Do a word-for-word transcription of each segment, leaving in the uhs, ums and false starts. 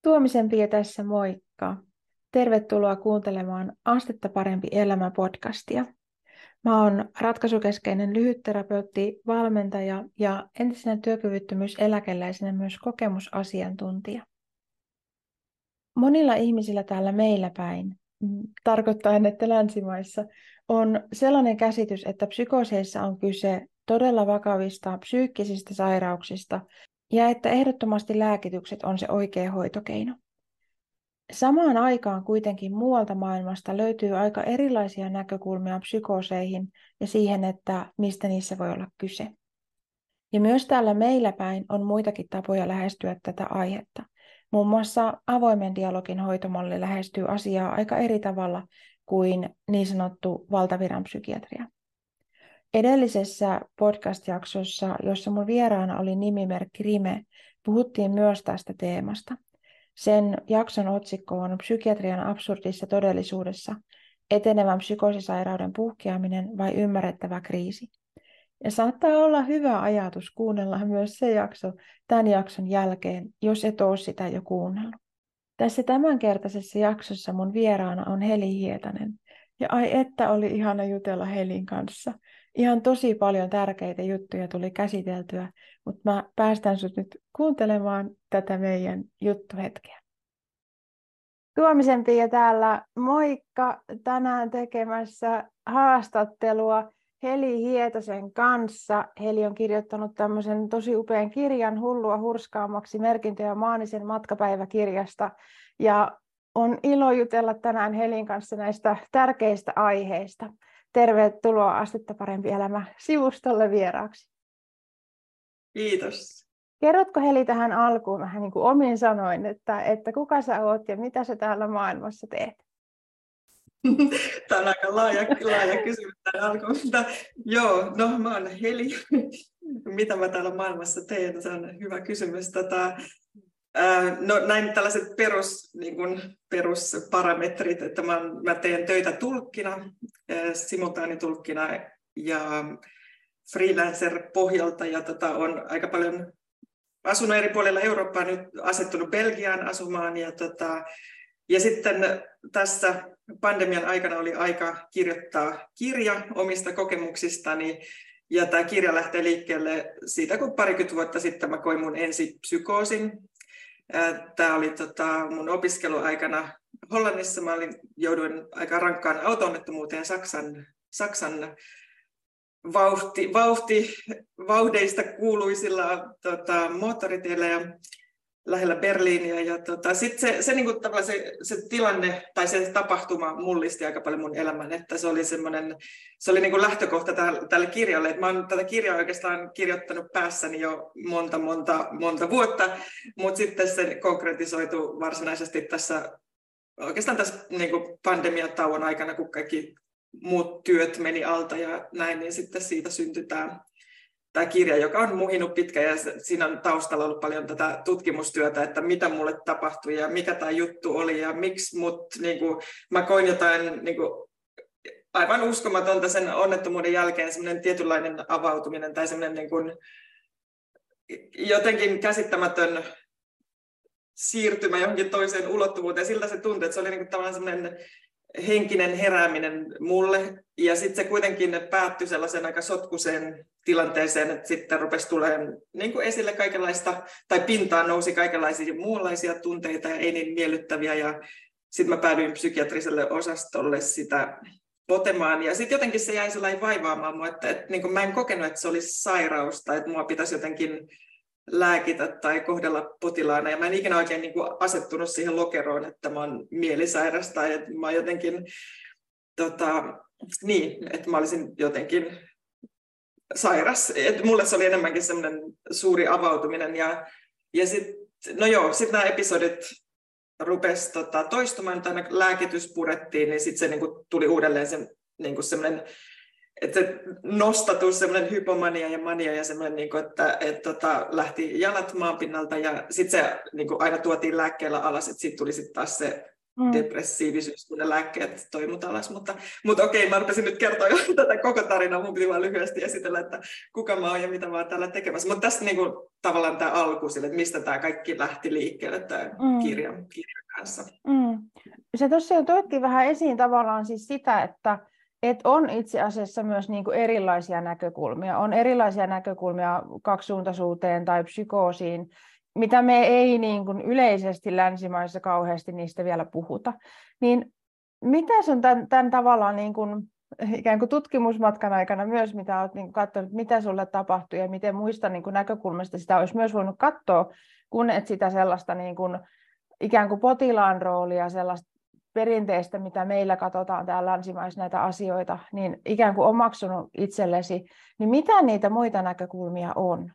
Tuomisen Pia tässä, moikka! Tervetuloa kuuntelemaan Astetta parempi elämä podcastia. Mä oon ratkaisukeskeinen lyhytterapeutti, valmentaja ja entisenä työkyvyttömyyseläkeläisenä myös kokemusasiantuntija. Monilla ihmisillä täällä meillä päin, mm, tarkoittaen, että länsimaissa, on sellainen käsitys, että psykooseissa on kyse todella vakavista psyykkisistä sairauksista ja että ehdottomasti lääkitykset on se oikea hoitokeino. Samaan aikaan kuitenkin muualta maailmasta löytyy aika erilaisia näkökulmia psykooseihin ja siihen, että mistä niissä voi olla kyse. Ja myös täällä meillä päin on muitakin tapoja lähestyä tätä aihetta. Muun muassa avoimen dialogin hoitomalli lähestyy asiaa aika eri tavalla kuin niin sanottu valtaviran psykiatria. Edellisessä podcast-jaksossa, jossa mun vieraana oli nimimerkki Rime, puhuttiin myös tästä teemasta. Sen jakson otsikko on Psykiatrian absurdissa todellisuudessa, etenevän psykoosisairauden puhkeaminen vai ymmärrettävä kriisi. Ja saattaa olla hyvä ajatus kuunnella myös se jakso tämän jakson jälkeen, jos et ole sitä jo kuunnellut. Tässä tämänkertaisessa jaksossa mun vieraana on Heli Hietanen. Ja ai että oli ihana jutella Helin kanssa. Ihan tosi paljon tärkeitä juttuja tuli käsiteltyä, mutta mä päästän sut nyt kuuntelemaan tätä meidän juttuhetkeä. Tuomisen Pia täällä, moikka! Tänään tekemässä haastattelua Heli Hietasen kanssa. Heli on kirjoittanut tämmöisen tosi upean kirjan Hullua hurskaammaksi merkintöjä Maanisen matkapäiväkirjasta. Ja on ilo jutella tänään Helin kanssa näistä tärkeistä aiheista. Tervetuloa Astetta parempi elämä -sivustolle vieraaksi. Kiitos. Kerrotko Heli tähän alkuun vähän niin kuin omin sanoin, että, että kuka sä oot ja mitä sä täällä maailmassa teet? Tämä on aika laaja, laaja kysymys tähän alkuun. Mutta, joo, no mä oon Heli. Mitä mä täällä maailmassa teen? Se on hyvä kysymys. Tota, ää, no näin tällaiset perus, niin kuin, perusparametrit, että mä, mä teen töitä tulkkina, simultaanitulkkina ja freelancer-pohjalta ja tota, on aika paljon asunut eri puolilla Eurooppaa, nyt asettunut Belgiaan asumaan ja, tota, ja sitten tässä pandemian aikana oli aika kirjoittaa kirja omista kokemuksistani ja tämä kirja lähtee liikkeelle siitä, kun parikymmentä vuotta sitten mä koin mun ensi psykoosin. Tämä oli tota, mun opiskeluaikana Hollannissa, mä olin, jouduin aika rankkaan auto-onnettomuuteen Saksan, Saksan Vauhti, vauhti, vauhdeista kuuluisilla tota, moottoriteillä ja lähellä Berliiniä. Ja, tota, sit se, se, niinku, se, se tilanne tai se tapahtuma mullisti aika paljon mun elämän. Että se oli, se oli niinku lähtökohta tälle, tälle kirjalle. Et mä oon tätä kirjaa oikeastaan kirjoittanut päässäni jo monta, monta, monta vuotta, mutta sitten se konkretisoitu varsinaisesti tässä, oikeastaan tässä niinku pandemiatauon aikana, kun kaikki muut työt meni alta ja näin, niin sitten siitä syntyi tämä, tämä kirja, joka on muhinut pitkään ja siinä on taustalla ollut paljon tätä tutkimustyötä, että mitä mulle tapahtui ja mikä tämä juttu oli ja miksi mut, niin kuin, mä koin jotain niin kuin, aivan uskomatonta sen onnettomuuden jälkeen, semmoinen tietynlainen avautuminen tai semmoinen niin kuin, jotenkin käsittämätön siirtymä johonkin toiseen ulottuvuuteen. Siltä se tuntui, että se oli niin kuin, tavallaan semmoinen henkinen herääminen mulle, ja sitten se kuitenkin päättyi sellaisen aika sotkuseen tilanteeseen, että sitten rupesi tulemaan niin kuin esille kaikenlaista, tai pintaan nousi kaikenlaisia muunlaisia tunteita ja ei niin miellyttäviä, ja sitten mä päädyin psykiatriselle osastolle sitä potemaan, ja sitten jotenkin se jäi sellainen vaivaamaan mua, että, että niin kuin mä en kokenut, että se olisi sairaus, tai että mua pitäisi jotenkin lääkitä tai kohdella potilaana. Ja mä en ikinä oikein niin kuin asettunut siihen lokeroon, että mä oon mielisairas tai että mä oon jotenkin, tota, niin, että mä olisin jotenkin sairas. Et mulle se oli enemmänkin semmoinen suuri avautuminen. Ja, ja sitten, no joo, sitten nämä episodit rupesi tota, toistumaan, tai lääkitys purettiin, niin sitten se niin kuin tuli uudelleen se, niin kuin semmoinen, että se nostatus, semmoinen hypomania ja mania ja semmoinen, niin kuin, että et, tota, lähti jalat maanpinnalta ja sitten se niin kuin aina tuotiin lääkkeellä alas, että siitä tuli sitten taas se mm. depressiivisyys, kun ne lääkkeet toi mut alas. Mutta, mutta okei, mä rupesin nyt kertoa jo tätä koko tarinaa. Mun piti vaan lyhyesti esitellä, että kuka mä oon ja mitä mä oon täällä tekemässä. Mutta tästä niin kuin, tavallaan tämä alku sille, että mistä tämä kaikki lähti liikkeelle, tämä mm. kirja, kirjan kanssa. Mm. Se tosiaan toitti vähän esiin tavallaan siis sitä, että et on itse asiassa myös niin kuin erilaisia näkökulmia. On erilaisia näkökulmia kaksisuuntaisuuteen tai psykoosiin, mitä me ei niin kuin yleisesti länsimaissa kauheasti niistä vielä puhuta. Niin mitä sun tämän, tämän tavallaan niin kuin, ikään kuin tutkimusmatkan aikana myös, mitä olet niin kuin katsonut, mitä sulle tapahtui ja miten muista niin kuin näkökulmasta sitä olisi myös voinut katsoa, kun et sitä sellaista niin kuin, ikään kuin potilaan roolia, sellaista perinteistä, mitä meillä katsotaan täällä länsimaissa näitä asioita, niin ikään kuin omaksunut itsellesi, niin mitä niitä muita näkökulmia on?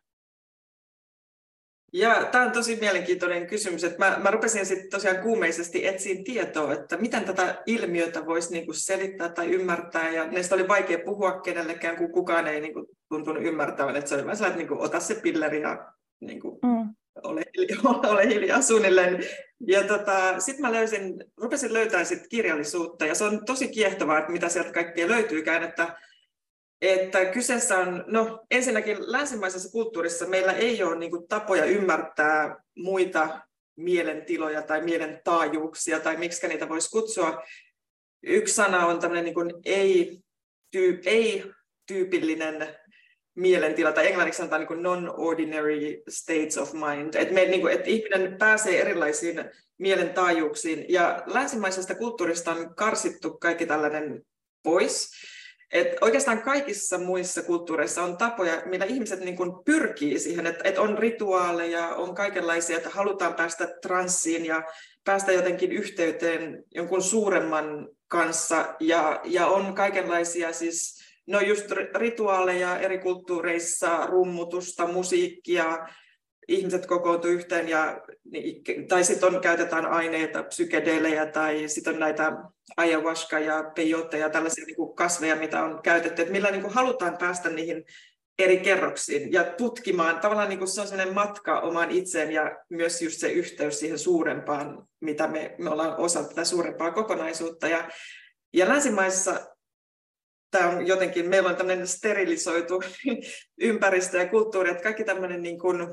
Ja tämä on tosi mielenkiintoinen kysymys, että mä, mä rupesin sitten tosiaan kuumeisesti etsiä tietoa, että miten tätä ilmiötä voisi niinku selittää tai ymmärtää, ja näistä oli vaikea puhua kenellekään, kun kukaan ei niinku tuntunut ymmärtävän, että se oli vähän sellainen, että niinku, ota se pilleri ja niinku, mm. ole, ole hiljaa suunnilleen. Ja tota, sitten mä löysin, rupesin löytämään sit kirjallisuutta, ja se on tosi kiehtovaa, että mitä sieltä kaikkea löytyykään, että Että kyseessä on, no ensinnäkin länsimaisessa kulttuurissa meillä ei ole niin kuin, tapoja ymmärtää muita mielentiloja tai mielentaajuuksia tai miksi niitä voisi kutsua. Yksi sana on tämmöinen niin kuin ei-tyyp, ei-tyypillinen mielentila, tai englanniksi sanotaan niin kuin non-ordinary states of mind. Että niin kuin, et ihminen pääsee erilaisiin mielentaajuuksiin, ja länsimaisesta kulttuurista on karsittu kaikki tällainen pois. Et oikeastaan kaikissa muissa kulttuureissa on tapoja, millä ihmiset niin kuin pyrkii siihen, että, että on rituaaleja, on kaikenlaisia, että halutaan päästä transsiin ja päästä jotenkin yhteyteen jonkun suuremman kanssa. Ja, ja on kaikenlaisia siis, no just rituaaleja eri kulttuureissa, rummutusta, musiikkia, ihmiset kokoontuu yhteen, ja, tai sitten on, käytetään aineita, psykedeelejä, tai sitten on näitä ayahuasca ja peyote ja tällaisia niin kuin kasveja, mitä on käytetty, että millä niin kuin halutaan päästä niihin eri kerroksiin ja tutkimaan. Tavallaan niin kuin se on sellainen matka omaan itseen ja myös just se yhteys siihen suurempaan, mitä me, me ollaan osa tätä suurempaa kokonaisuutta. Ja, ja länsimaissa tämä on jotenkin, meillä on tämmöinen sterilisoitu ympäristö ja kulttuuri, että kaikki tämmöinen niin kuin,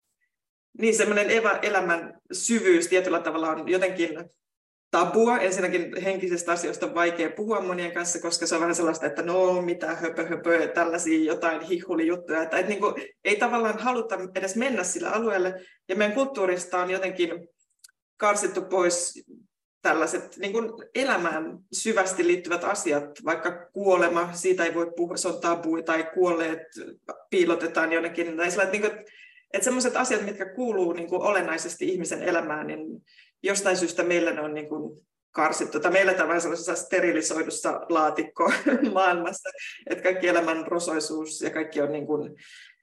niin semmoinen elämän syvyys tietyllä tavalla on jotenkin tabua. Ensinnäkin henkisistä asioista on vaikea puhua monien kanssa, koska se on vähän sellaista, että no mitä höpö höpö, tällaisia jotain hihulijuttuja. Että, että niin kuin, ei tavallaan haluta edes mennä sillä alueelle. Ja meidän kulttuurista on jotenkin karsittu pois tällaiset niin kuin elämään syvästi liittyvät asiat, vaikka kuolema, siitä ei voi puhua, se on tabu, tai kuolleet piilotetaan jonnekin. Tai sellainen, niin kuin, että sellaiset asiat, mitkä kuuluu niin kuin olennaisesti ihmisen elämään, niin jostain syystä meillä ne on niin kuin karsittu. Tai meillä tämä on sellaisessa sterilisoidussa laatikko maailmassa, että kaikki elämän rosoisuus ja kaikki on niin kuin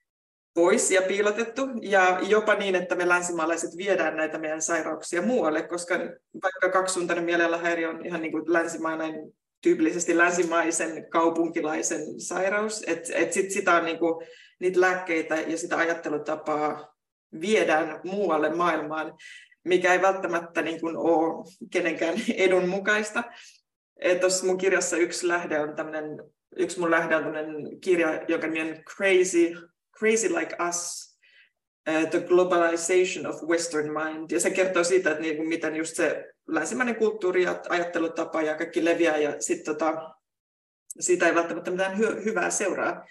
pois ja piilotettu. Ja jopa niin, että me länsimaalaiset viedään näitä meidän sairauksia muualle, koska vaikka kaksisuuntainen mielenhäiriö on ihan niin kuin länsimainen, tyypillisesti länsimaisen kaupunkilaisen sairaus, että et sit sitä on niinku, niitä lääkkeitä ja sitä ajattelutapaa viedään muualle maailmaan, mikä ei välttämättä niinku ole kenenkään edun mukaista. Tuossa mun kirjassa yksi lähde on tämmönen, yksi mun lähde on tämmöinen kirja, jonka nimi on Crazy, Crazy Like Us, Uh, the Globalization of Western Mind. Ja se kertoo siitä, että niin, miten just se länsimainen kulttuuri ja ajattelutapa ja kaikki leviää, ja sit, tota, siitä ei välttämättä mitään hy- hyvää seuraa.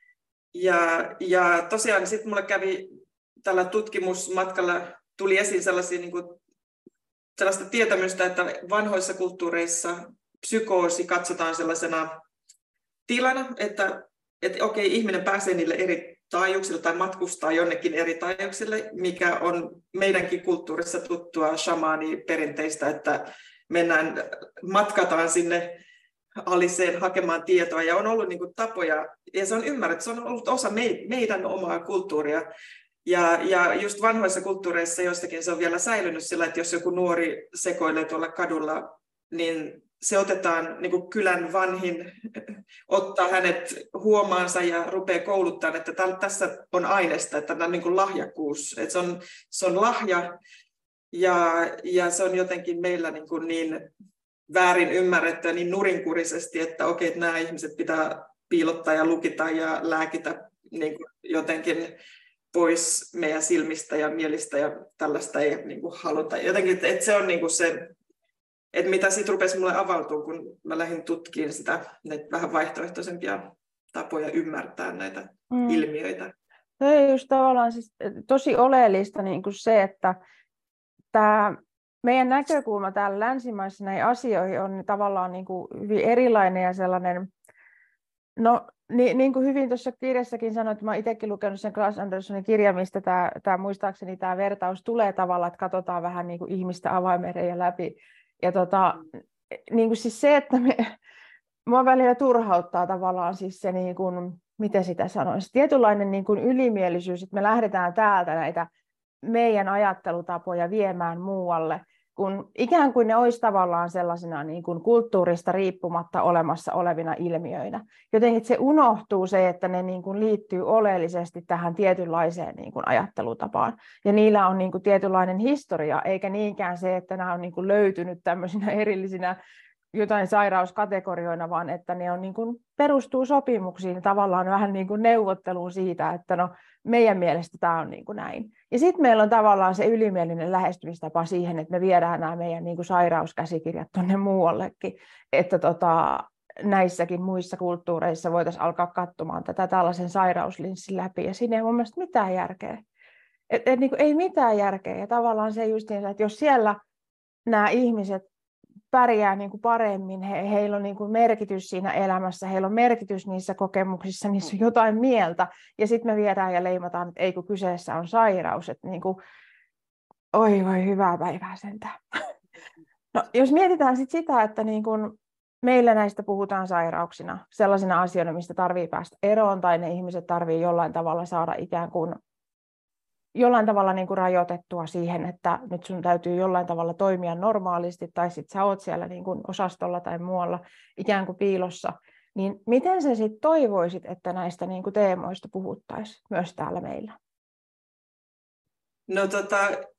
Ja, ja tosiaan sitten mulle kävi tällä tutkimusmatkalla, tuli esiin sellaisia, niin kuin, sellaista tietämystä, että vanhoissa kulttuureissa psykoosi katsotaan sellaisena tilana, että, että okei, ihminen pääsee niille eri taajuuksille tai matkustaa jonnekin eri taajuuksille, mikä on meidänkin kulttuurissa tuttua shamaaniperinteistä, että mennään, matkataan sinne aliseen hakemaan tietoa, ja on ollut niin kuin tapoja, ja se on ymmärretty, se on ollut osa meidän omaa kulttuuria, ja, ja just vanhoissa kulttuureissa joissakin se on vielä säilynyt sillä, että jos joku nuori sekoilee tuolla kadulla, niin se otetaan niin kuin kylän vanhin, ottaa hänet huomaansa ja rupeaa kouluttamaan, että tässä on aineesta, että tämä on niin kuin lahjakkuus, että se on, se on lahja, Ja, ja se on jotenkin meillä niin, kuin niin väärin ymmärretty ja niin nurinkurisesti, että okei, että nämä ihmiset pitää piilottaa ja lukita ja lääkitä niin kuin jotenkin pois meidän silmistä ja mielistä ja tällaista ei niin kuin haluta. Jotenkin, että se on niin kuin se, että mitä siitä rupesi mulle avautua, kun mä lähdin tutkimaan sitä, näitä vähän vaihtoehtoisempia tapoja ymmärtää näitä mm. ilmiöitä. Se on just tavallaan siis tosi oleellista niin kuin se, että tämä meidän näkökulma täällä länsimaissa näihin asioihin on tavallaan niin kuin hyvin erilainen ja sellainen, no niin, niin kuin hyvin tuossa kirjassakin sanoin, että mä olen itsekin lukenut sen Claes Anderssonin kirjan, mistä tämä, tämä muistaakseni tämä vertaus tulee tavallaan, että katsotaan vähän niin kuin ihmistä avaimen läpi. Ja tota, niin kuin siis se, että me, mua välillä turhauttaa tavallaan siis se, niin kuin, miten sitä sanoisi, tietynlainen niin kuin ylimielisyys, että me lähdetään täältä näitä meidän ajattelutapoja viemään muualle, kun ikään kuin ne olisi tavallaan sellaisena niin kuin kulttuurista riippumatta olemassa olevina ilmiöinä. Jotenkin se unohtuu se, että ne niin kuin liittyy oleellisesti tähän tietynlaiseen niin kuin ajattelutapaan. Ja niillä on niin kuin tietynlainen historia, eikä niinkään se, että nämä on niin kuin löytynyt tämmöisinä erillisinä jotain sairauskategorioina, vaan että ne on niin kuin, perustuu sopimuksiin tavallaan vähän niin kuin neuvotteluun siitä, että no, meidän mielestä tämä on niin kuin näin. Ja sitten meillä on tavallaan se ylimielinen lähestymistapa siihen, että me viedään nämä meidän niin kuin sairauskäsikirjat tuonne muuallekin, että tota, näissäkin muissa kulttuureissa voitaisiin alkaa katsomaan tätä tällaisen sairauslinssin läpi, ja siinä ei mun mielestä mitään järkeä. Et, et, niin kuin, ei mitään järkeä, ja tavallaan se just niin, että jos siellä nämä ihmiset pärjää niin kuin paremmin, he, heillä on niin kuin merkitys siinä elämässä, heillä on merkitys niissä kokemuksissa, niissä on jotain mieltä, ja sitten me viedään ja leimataan, että ei kun kyseessä on sairaus, että niin kuin, oi voi hyvää päivää sentään. No, jos mietitään sit sitä, että niin kuin meillä näistä puhutaan sairauksina, sellaisina asioina, mistä tarvii päästä eroon, tai ne ihmiset tarvii jollain tavalla saada ikään kuin jollain tavalla niin kuin rajoitettua siihen, että nyt sun täytyy jollain tavalla toimia normaalisti, tai sitten sä oot siellä niin kuin osastolla tai muualla ikään kuin piilossa, niin miten sä sitten toivoisit, että näistä niin kuin teemoista puhuttaisiin myös täällä meillä? No tota,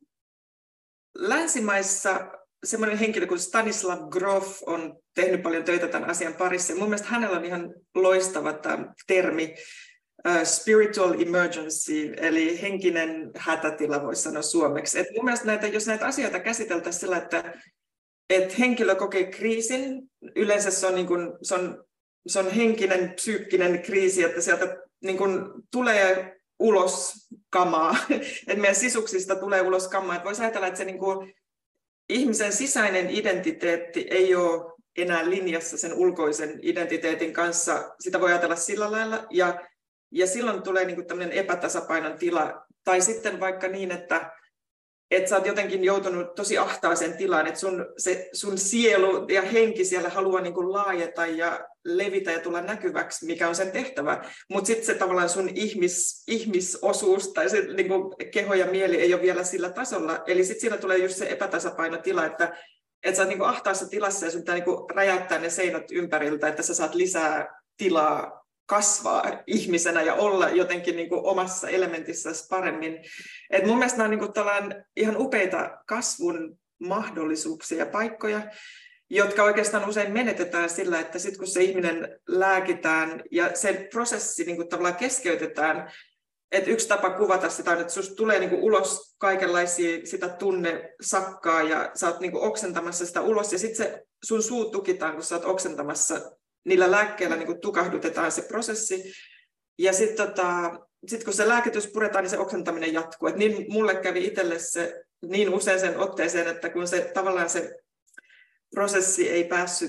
länsimaissa semmoinen henkilö kuin Stanislav Grof on tehnyt paljon töitä tämän asian parissa, ja mun mielestä hänellä on ihan loistava tämä termi, Uh, spiritual emergency, eli henkinen hätätila, voisi sanoa suomeksi. Et mun mielestä näitä, jos näitä asioita käsiteltäisiin sillä, että et henkilö kokee kriisin, yleensä se on, niin kun, se on, se on henkinen, psyykkinen kriisi, että sieltä niin kun tulee ulos kamaa, että meidän sisuksista tulee ulos kamaa. Et voisi ajatella, että se niin kun, ihmisen sisäinen identiteetti ei ole enää linjassa sen ulkoisen identiteetin kanssa. Sitä voi ajatella sillä lailla, ja Ja silloin tulee niin kuin tämmöinen epätasapainon tila. Tai sitten vaikka niin, että, että sä oot jotenkin joutunut tosi ahtaaseen tilaan, että sun, se, sun sielu ja henki siellä haluaa niin kuin laajeta ja levitä ja tulla näkyväksi, mikä on sen tehtävä. Mutta sitten se tavallaan sun ihmis, ihmisosuus tai se niin kuin keho ja mieli ei ole vielä sillä tasolla. Eli sitten siinä tulee just se epätasapainotila, että, että sä oot niin kuin ahtaassa tilassa ja sun pitää niin kuin räjäyttää ne seinät ympäriltä, että sä saat lisää tilaa kasvaa ihmisenä ja olla jotenkin niin kuin omassa elementissäsi paremmin. Et mun mielestä nämä on niin kuin ihan upeita kasvun mahdollisuuksia ja paikkoja, jotka oikeastaan usein menetetään sillä, että sitten kun se ihminen lääkitään ja se prosessi niin kuin tavallaan keskeytetään, että yksi tapa kuvata sitä on, että susta tulee niin kuin ulos kaikenlaisia sitä tunnesakkaa ja sä oot niin kuin oksentamassa sitä ulos ja sitten se sun suu tukitaan, kun sä oot oksentamassa. Niillä lääkkeillä niin kuin tukahdutetaan se prosessi, ja sitten tota, sit kun se lääkitys puretaan, niin se oksentaminen jatkuu. Et niin mulle kävi itselle se niin usein sen otteeseen, että kun se tavallaan se prosessi ei päässyt,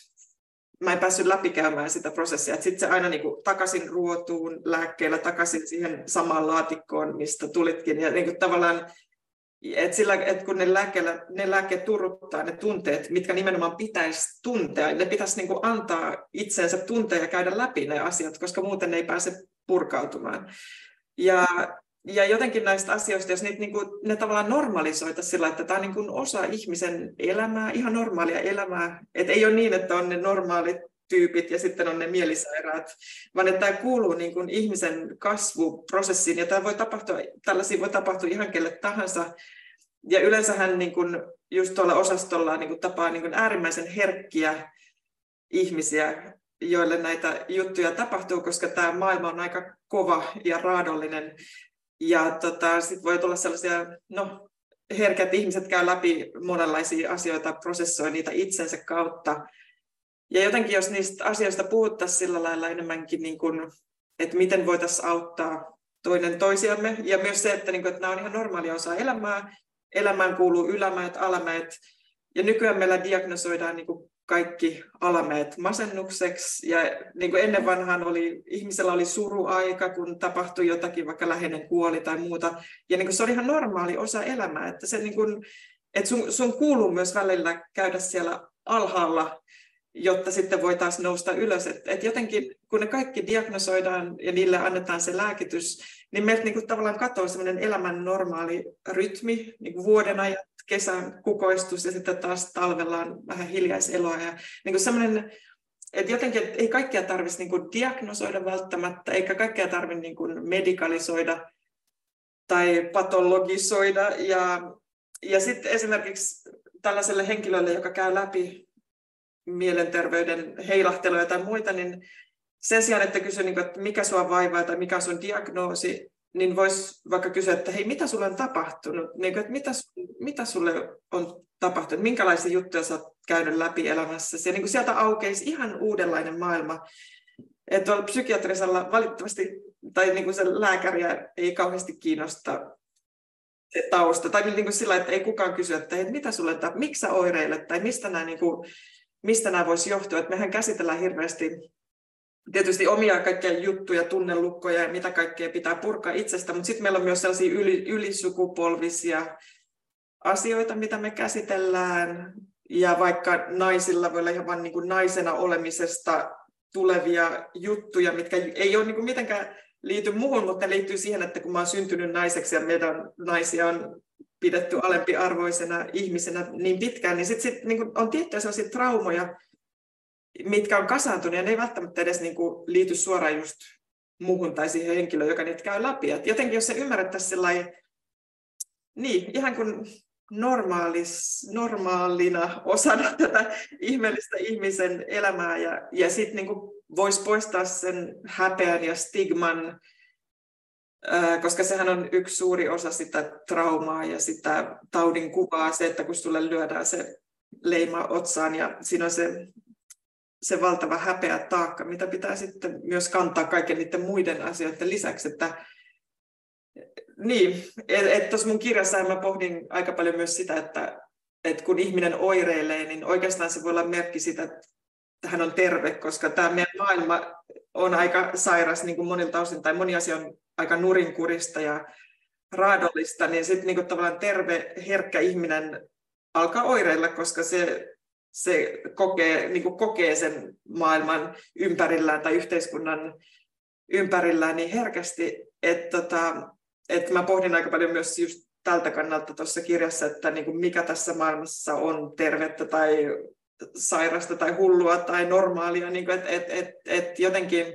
mä en päässyt läpikäymään sitä prosessia, sitten se aina niin kuin takaisin ruotuun lääkkeellä, takaisin siihen samaan laatikkoon, mistä tulitkin, ja niin kuin tavallaan Et sillä, et kun ne, lääkkeellä, ne lääkkeet turruttaa ne tunteet, mitkä nimenomaan pitäisi tuntea, ne pitäisi niin kuin antaa itsensä tuntea ja käydä läpi ne asiat, koska muuten ne ei pääse purkautumaan. Ja, ja jotenkin näistä asioista, jos niitä, niin kuin, ne tavallaan normalisoitaisiin sillä, että tämä on niin kuin osa ihmisen elämää, ihan normaalia elämää, et ei ole niin, että on ne normaalit tyypit ja sitten on ne mielisairaat, vaan että tämä kuuluu niin kuin ihmisen kasvuprosessiin, ja tämä voi tapahtua, tällaisia voi tapahtua ihan kelle tahansa. ja yleensähän niin kuin just tuolla osastolla niin kuin tapaa niin kuin äärimmäisen herkkiä ihmisiä, joille näitä juttuja tapahtuu, koska tämä maailma on aika kova ja raadollinen. Ja tota, sitten voi tulla sellaisia, no herkät ihmiset käy läpi monenlaisia asioita, prosessoi niitä itsensä kautta. Ja jotenkin jos niistä asioista puhuttaisiin sillä lailla enemmänkin, niin kuin, että miten voitaisiin auttaa toinen toisiamme. Ja myös se, että, niin kuin, että nämä on ihan normaalia osa elämää. Elämään kuuluu ylämäet, alamäet. Ja nykyään meillä diagnosoidaan niin kuin kaikki alamäet masennukseksi. Ja niin kuin ennen vanhaan oli, ihmisellä oli suruaika, kun tapahtui jotakin, vaikka läheinen kuoli tai muuta. Ja niin kuin se oli ihan normaali osa elämää. Että, se, niin kuin, että sun, sun kuuluu myös välillä käydä siellä alhaalla, jotta sitten voi taas nousta ylös. Et, et jotenkin, kun ne kaikki diagnosoidaan ja niille annetaan se lääkitys, niin meiltä niinku tavallaan katoaa semmoinen elämän normaali rytmi, niinku vuoden ajan, kesän kukoistus ja sitten taas talvella on vähän hiljaiseloa. Ja niinku semmoinen, että jotenkin et ei kaikkea tarvitsisi niinku diagnosoida välttämättä, eikä kaikkea tarvitse niinku medikalisoida tai patologisoida. Ja, ja sitten esimerkiksi tällaiselle henkilölle, joka käy läpi mielenterveyden heilahteluja tai muita, niin sen sijaan, että kysyy, että mikä sua vaivaa tai mikä on sun diagnoosi, niin voisi vaikka kysyä, että hei, mitä sulle on tapahtunut? Niin, että mitä, mitä sulle on tapahtunut? Minkälaisia juttuja sä oot käynyt läpi elämässäsi? Ja niin sieltä aukeisi ihan uudenlainen maailma. Että tuolla psykiatrisella valitettavasti, tai niin kuin se lääkäriä ei kauheasti kiinnosta se tausta. Tai niin kuin sillä, että ei kukaan kysy, että hei, mitä sulle on, miksi sä oireilet? Tai mistä nämä niin kuin mistä nämä voisi johtua, että mehän käsitellään hirveästi tietysti omia kaikkia juttuja, tunnelukkoja ja mitä kaikkea pitää purkaa itsestä, mutta sitten meillä on myös sellaisia yli, ylisukupolvisia asioita, mitä me käsitellään, ja vaikka naisilla voi olla ihan vain niin kuin naisena olemisesta tulevia juttuja, mitkä ei ole niin kuin mitenkään liity muuhun, mutta ne liittyy siihen, että kun mä oon syntynyt naiseksi ja meidän naisia on pidetty alempiarvoisena ihmisenä niin pitkään, niin sitten sit, niin on tiettyjä sellaisia traumoja, mitkä on kasaantunut, ja ne ei välttämättä edes niin kuin liity suoraan just muuhun tai siihen henkilöön, joka niitä käy läpi. Et jotenkin jos se ymmärrettäisiin sellainen, niin, ihan kuin normaalis, normaalina osana tätä ihmeellistä ihmisen elämää, ja, ja sitten niin voisi poistaa sen häpeän ja stigman, koska sehän on yksi suuri osa sitä traumaa ja sitä taudin kuvaa, se, että kun sulle lyödään se leima otsaan ja siinä on se, se valtava häpeä taakka, mitä pitää sitten myös kantaa kaiken niiden muiden asioiden lisäksi. Että, niin, että tuossa mun kirjassa mä pohdin aika paljon myös sitä, että, että kun ihminen oireilee, niin oikeastaan se voi olla merkki sitä, että hän on terve, koska tämä meidän maailma on aika sairas niin kuin monilta osin, tai moni asia on aika nurinkurista ja raadollista, niin sitten niin kuin tavallaan terve, herkkä ihminen alkaa oireilla, koska se, se kokee, niin kuin kokee sen maailman ympärillään tai yhteiskunnan ympärillään niin herkästi, että, tota, että mä pohdin aika paljon myös just tältä kannalta tuossa kirjassa, että niin kuin mikä tässä maailmassa on tervettä tai sairasta tai hullua tai normaalia, niin että et, et, et jotenkin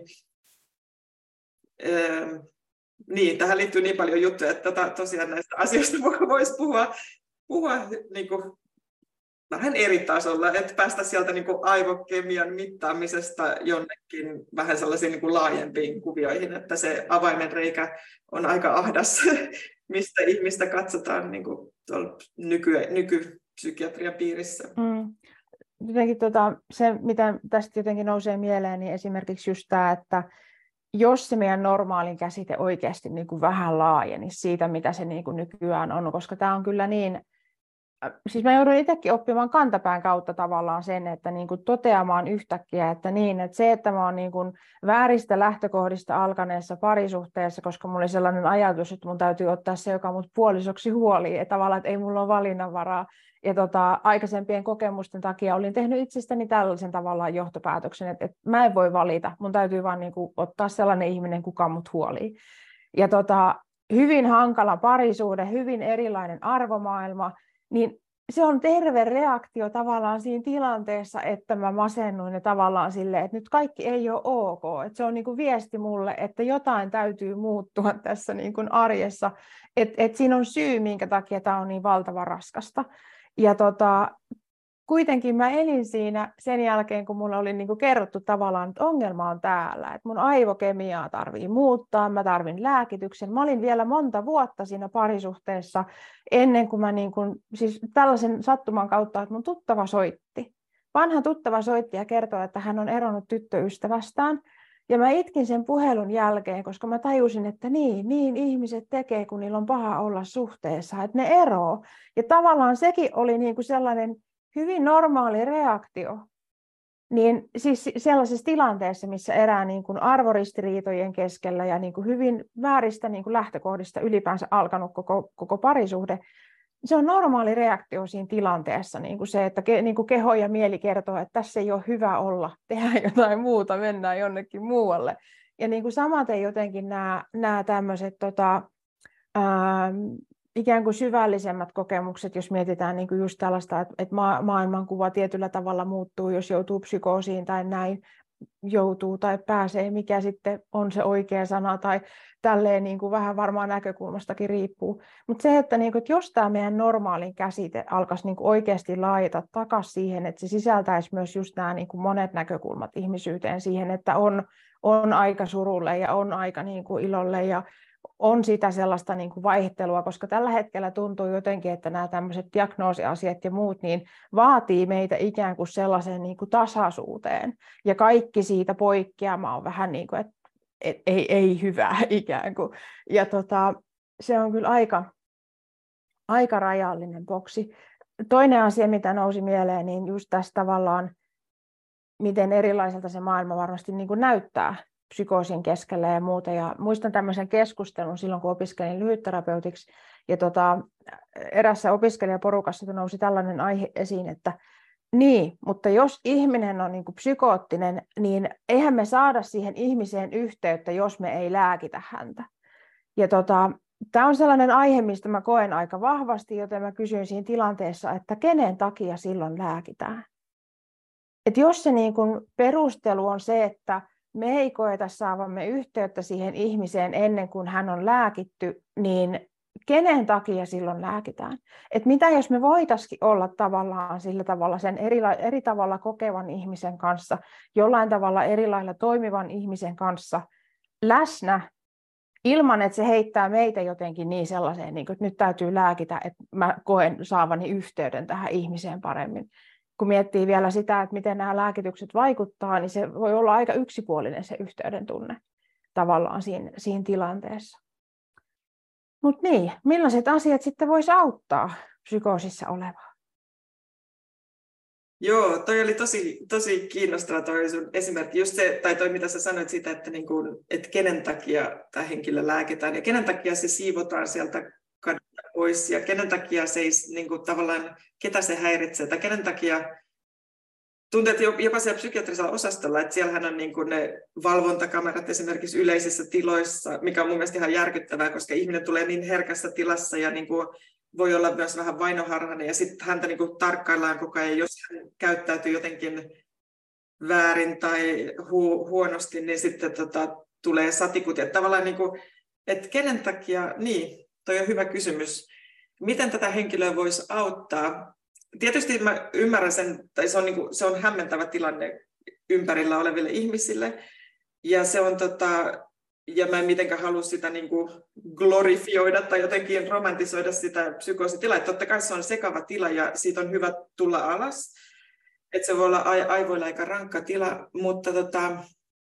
ää, niin, tähän liittyy niin paljon juttuja, että tota, tosiaan näistä asioista voisi puhua, puhua niin kuin vähän eri tasolla, että päästä sieltä niin kuin aivokemian mittaamisesta jonnekin vähän sellaisiin niin kuin laajempiin kuvioihin, että se avaimen reikä on aika ahdas, mistä ihmistä katsotaan niin kuin tuolla nyky, nykypsykiatrian piirissä. Mm. Jotenkin tota, se, mitä tästä jotenkin nousee mieleen, niin esimerkiksi just tämä, että jos se meidän normaalin käsite oikeasti niin kuin vähän laajenisi siitä, mitä se niin kuin nykyään on, koska tämä on kyllä niin, siis mä joudun itsekin oppimaan kantapään kautta tavallaan sen, että niin kuin toteamaan yhtäkkiä, että niin, että se, että mä oon niin kuin vääristä lähtökohdista alkaneessa parisuhteessa, koska mulla oli sellainen ajatus, että mun täytyy ottaa se, joka mut puolisoksi huoliin, että tavallaan, että ei mulla ole valinnanvaraa. Ja tota, aikaisempien kokemusten takia olin tehnyt itsestäni tällaisen tavallaan johtopäätöksen, että, että mä en voi valita, mun täytyy vaan niin kuin ottaa sellainen ihminen, kuka mut huolii. Ja tota, hyvin hankala parisuhde, hyvin erilainen arvomaailma, niin se on terve reaktio tavallaan siinä tilanteessa, että mä masennuin ja tavallaan silleen, että nyt kaikki ei ole ok. Että se on niin kuin viesti mulle, että jotain täytyy muuttua tässä niin kuin arjessa. Että et siinä on syy, minkä takia tämä on niin valtavan raskasta. Ja tota, kuitenkin mä elin siinä sen jälkeen, kun mulle oli niin kuin kerrottu tavallaan, että ongelma on täällä. Että mun aivokemiaa tarvii muuttaa, mä tarvin lääkityksen. Mä olin vielä monta vuotta siinä parisuhteessa ennen kuin mä niin kuin, siis tällaisen sattuman kautta, että mun tuttava soitti. Vanha tuttava soitti ja kertoi, että hän on eronnut tyttöystävästään. Ja mä itkin sen puhelun jälkeen, koska mä tajusin, että niin, niin ihmiset tekee, kun niillä on paha olla suhteessa, että ne eroo. Ja tavallaan sekin oli niin kuin sellainen hyvin normaali reaktio, niin siis sellaisessa tilanteessa, missä erää niin kuin arvoristiriitojen keskellä ja niin kuin hyvin vääristä niin kuin lähtökohdista ylipäänsä alkanut koko, koko parisuhde, se on normaali reaktio siinä tilanteessa, niin kuin se, että ke, niin kuin keho ja mieli kertoo, että tässä ei ole hyvä olla, tehdään jotain muuta, mennään jonnekin muualle. Ja niin kuin samaten jotenkin nämä, nämä tämmöiset tota, ää, ikään kuin syvällisemmät kokemukset, jos mietitään niin kuin just tällaista, että, että maailmankuva tietyllä tavalla muuttuu, jos joutuu psykoosiin tai näin, joutuu tai pääsee, mikä sitten on se oikea sana tai tälleen niin kuin vähän varmaan näkökulmastakin riippuu. Mutta se, että, niin kuin, että jos tämä meidän normaalin käsite alkaisi niin kuin oikeasti laajata takaisin siihen, että se sisältäisi myös just nämä niin kuin monet näkökulmat ihmisyyteen siihen, että on, on aika surulle ja on aika niin kuin ilolle ja on sitä sellaista niin kuin vaihtelua, koska tällä hetkellä tuntuu jotenkin, että nämä tämmöiset diagnoosiasiat ja muut niin vaatii meitä ikään kuin sellaiseen niin kuin tasaisuuteen. Ja kaikki siitä poikkeama on vähän niin kuin, että et, ei, ei hyvää ikään kuin. Ja tota, se on kyllä aika, aika rajallinen boksi. Toinen asia, mitä nousi mieleen, niin just tässä tavallaan, miten erilaiselta se maailma varmasti niin kuin näyttää psykoosin keskellä ja muuta. Ja muistan tämmöisen keskustelun silloin, kun opiskelin lyhytterapeutiksi. Ja tota, erässä opiskelijaporukassa nousi tällainen aihe esiin, että niin, mutta jos ihminen on niin kuin psykoottinen, niin eihän me saada siihen ihmiseen yhteyttä, jos me ei lääkitä häntä. Ja tota, tämä on sellainen aihe, mistä mä koen aika vahvasti, joten mä kysyin siinä tilanteessa, että kenen takia silloin lääkitään. Et jos se niin kuin perustelu on se, että me ei koeta saavamme yhteyttä siihen ihmiseen ennen kuin hän on lääkitty, niin kenen takia silloin lääkitään? Et mitä jos me voitaisiin olla tavallaan sillä tavalla sen eri, eri tavalla kokevan ihmisen kanssa, jollain tavalla eri lailla toimivan ihmisen kanssa läsnä, ilman että se heittää meitä jotenkin niin sellaiseen, niin kuin, että nyt täytyy lääkitä, että mä koen saavani yhteyden tähän ihmiseen paremmin. Kun miettii vielä sitä, että miten nämä lääkitykset vaikuttaa, niin se voi olla aika yksipuolinen se yhteyden tunne tavallaan siinä, siinä tilanteessa. Mutta niin, millaiset asiat sitten voisi auttaa psykoosissa olevaa? Joo, toi oli tosi, tosi kiinnostava toi sun esimerkki. Just se, tai toi mitä sä sanoit siitä, että, niin kun, että kenen takia tämä henkilö lääkitään ja kenen takia se siivotaan sieltä kadulta pois ja kenen takia se ei niin kun, tavallaan, ketä se häiritsee tai kenen takia tuntuu, että jopa siellä psykiatrisella osastolla, että siellähän on niin kuin ne valvontakamerat esimerkiksi yleisissä tiloissa, mikä on mun mielestä ihan järkyttävää, koska ihminen tulee niin herkässä tilassa ja niin kuin voi olla myös vähän vainoharhainen ja sitten häntä niin kuin tarkkaillaan koko ajan, jos hän käyttäytyy jotenkin väärin tai hu- huonosti, niin sitten tota, tulee satikut. Ja tavallaan, niin kuin, että kenen takia, niin, toi on hyvä kysymys. Miten tätä henkilöä voisi auttaa? Tietysti mä ymmärrän sen, tai se on, niin kuin, se on hämmentävä tilanne ympärillä oleville ihmisille, ja se on tota, ja mä en mitenkään halua sitä niin kuin glorifioida tai jotenkin romantisoida sitä psykoositilaa. Että totta kai se on sekava tila ja siitä on hyvä tulla alas. Että se voi olla aivoilla aika rankka tila, mutta, tota,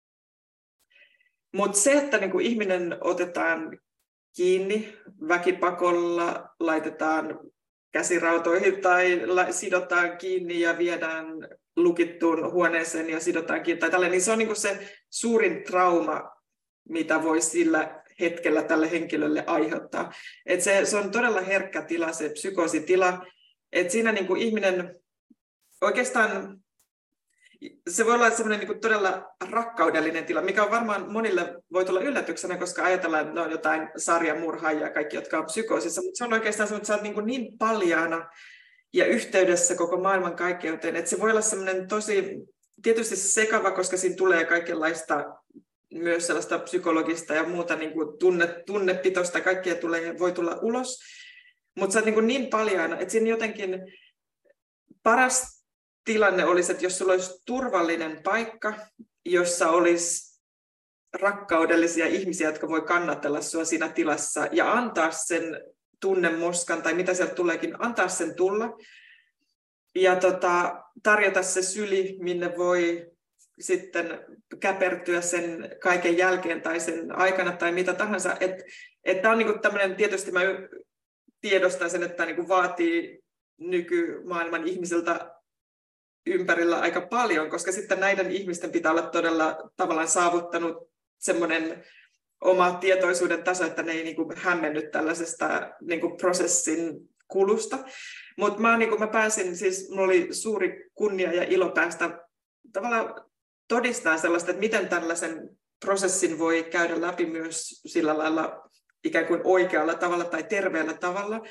mutta se, että niin kuin ihminen otetaan kiinni väkipakolla, laitetaan käsirautoihin tai sidotaan kiinni ja viedään lukittuun huoneeseen ja sidotaan kiinni tai tälle, niin se on niin kuin se suurin trauma, mitä voi sillä hetkellä tälle henkilölle aiheuttaa. Et se, se on todella herkkä tila, se psykoositila. Et siinä niin kuin ihminen oikeastaan, se voi olla semmoinen niin kuin todella rakkaudellinen tila, mikä on varmaan monille voi tulla yllätyksenä, koska ajatellaan, että ne on jotain sarjamurhaajia, kaikki, jotka on psykoosissa, mutta se on oikeastaan semmoinen, että sä oot niin, kuin niin paljaana ja yhteydessä koko maailman kaikkeuteen. Että se voi olla semmoinen tosi, tietysti sekava, koska siinä tulee kaikenlaista myös sellaista psykologista ja muuta niin kuin tunne, tunnepitoista, kaikkea tulee, voi tulla ulos. Mutta sä oot niin, kuin niin paljon, että siinä jotenkin paras tilanne olisi, että jos sulla olisi turvallinen paikka, jossa olisi rakkaudellisia ihmisiä, jotka voi kannatella sua siinä tilassa ja antaa sen tunnemoskan tai mitä sieltä tuleekin, antaa sen tulla ja tota, tarjota se syli, minne voi sitten käpertyä sen kaiken jälkeen tai sen aikana tai mitä tahansa. Että et tämä on niinku tämmöinen, tietysti mä tiedostan sen, että tämä niinku vaatii nykymaailman ihmisiltä ympärillä aika paljon, koska sitten näiden ihmisten pitää olla todella tavallaan saavuttanut semmoinen oma tietoisuuden taso, että ne ei niinku hämmennyt tällaisesta niinku prosessin kulusta. Mutta mä, niinku, mä pääsin, siis mulla oli suuri kunnia ja ilo päästä tavallaan todistaa sellaista, että miten tällaisen prosessin voi käydä läpi myös sillä lailla ikään kuin oikealla tavalla tai terveellä tavalla.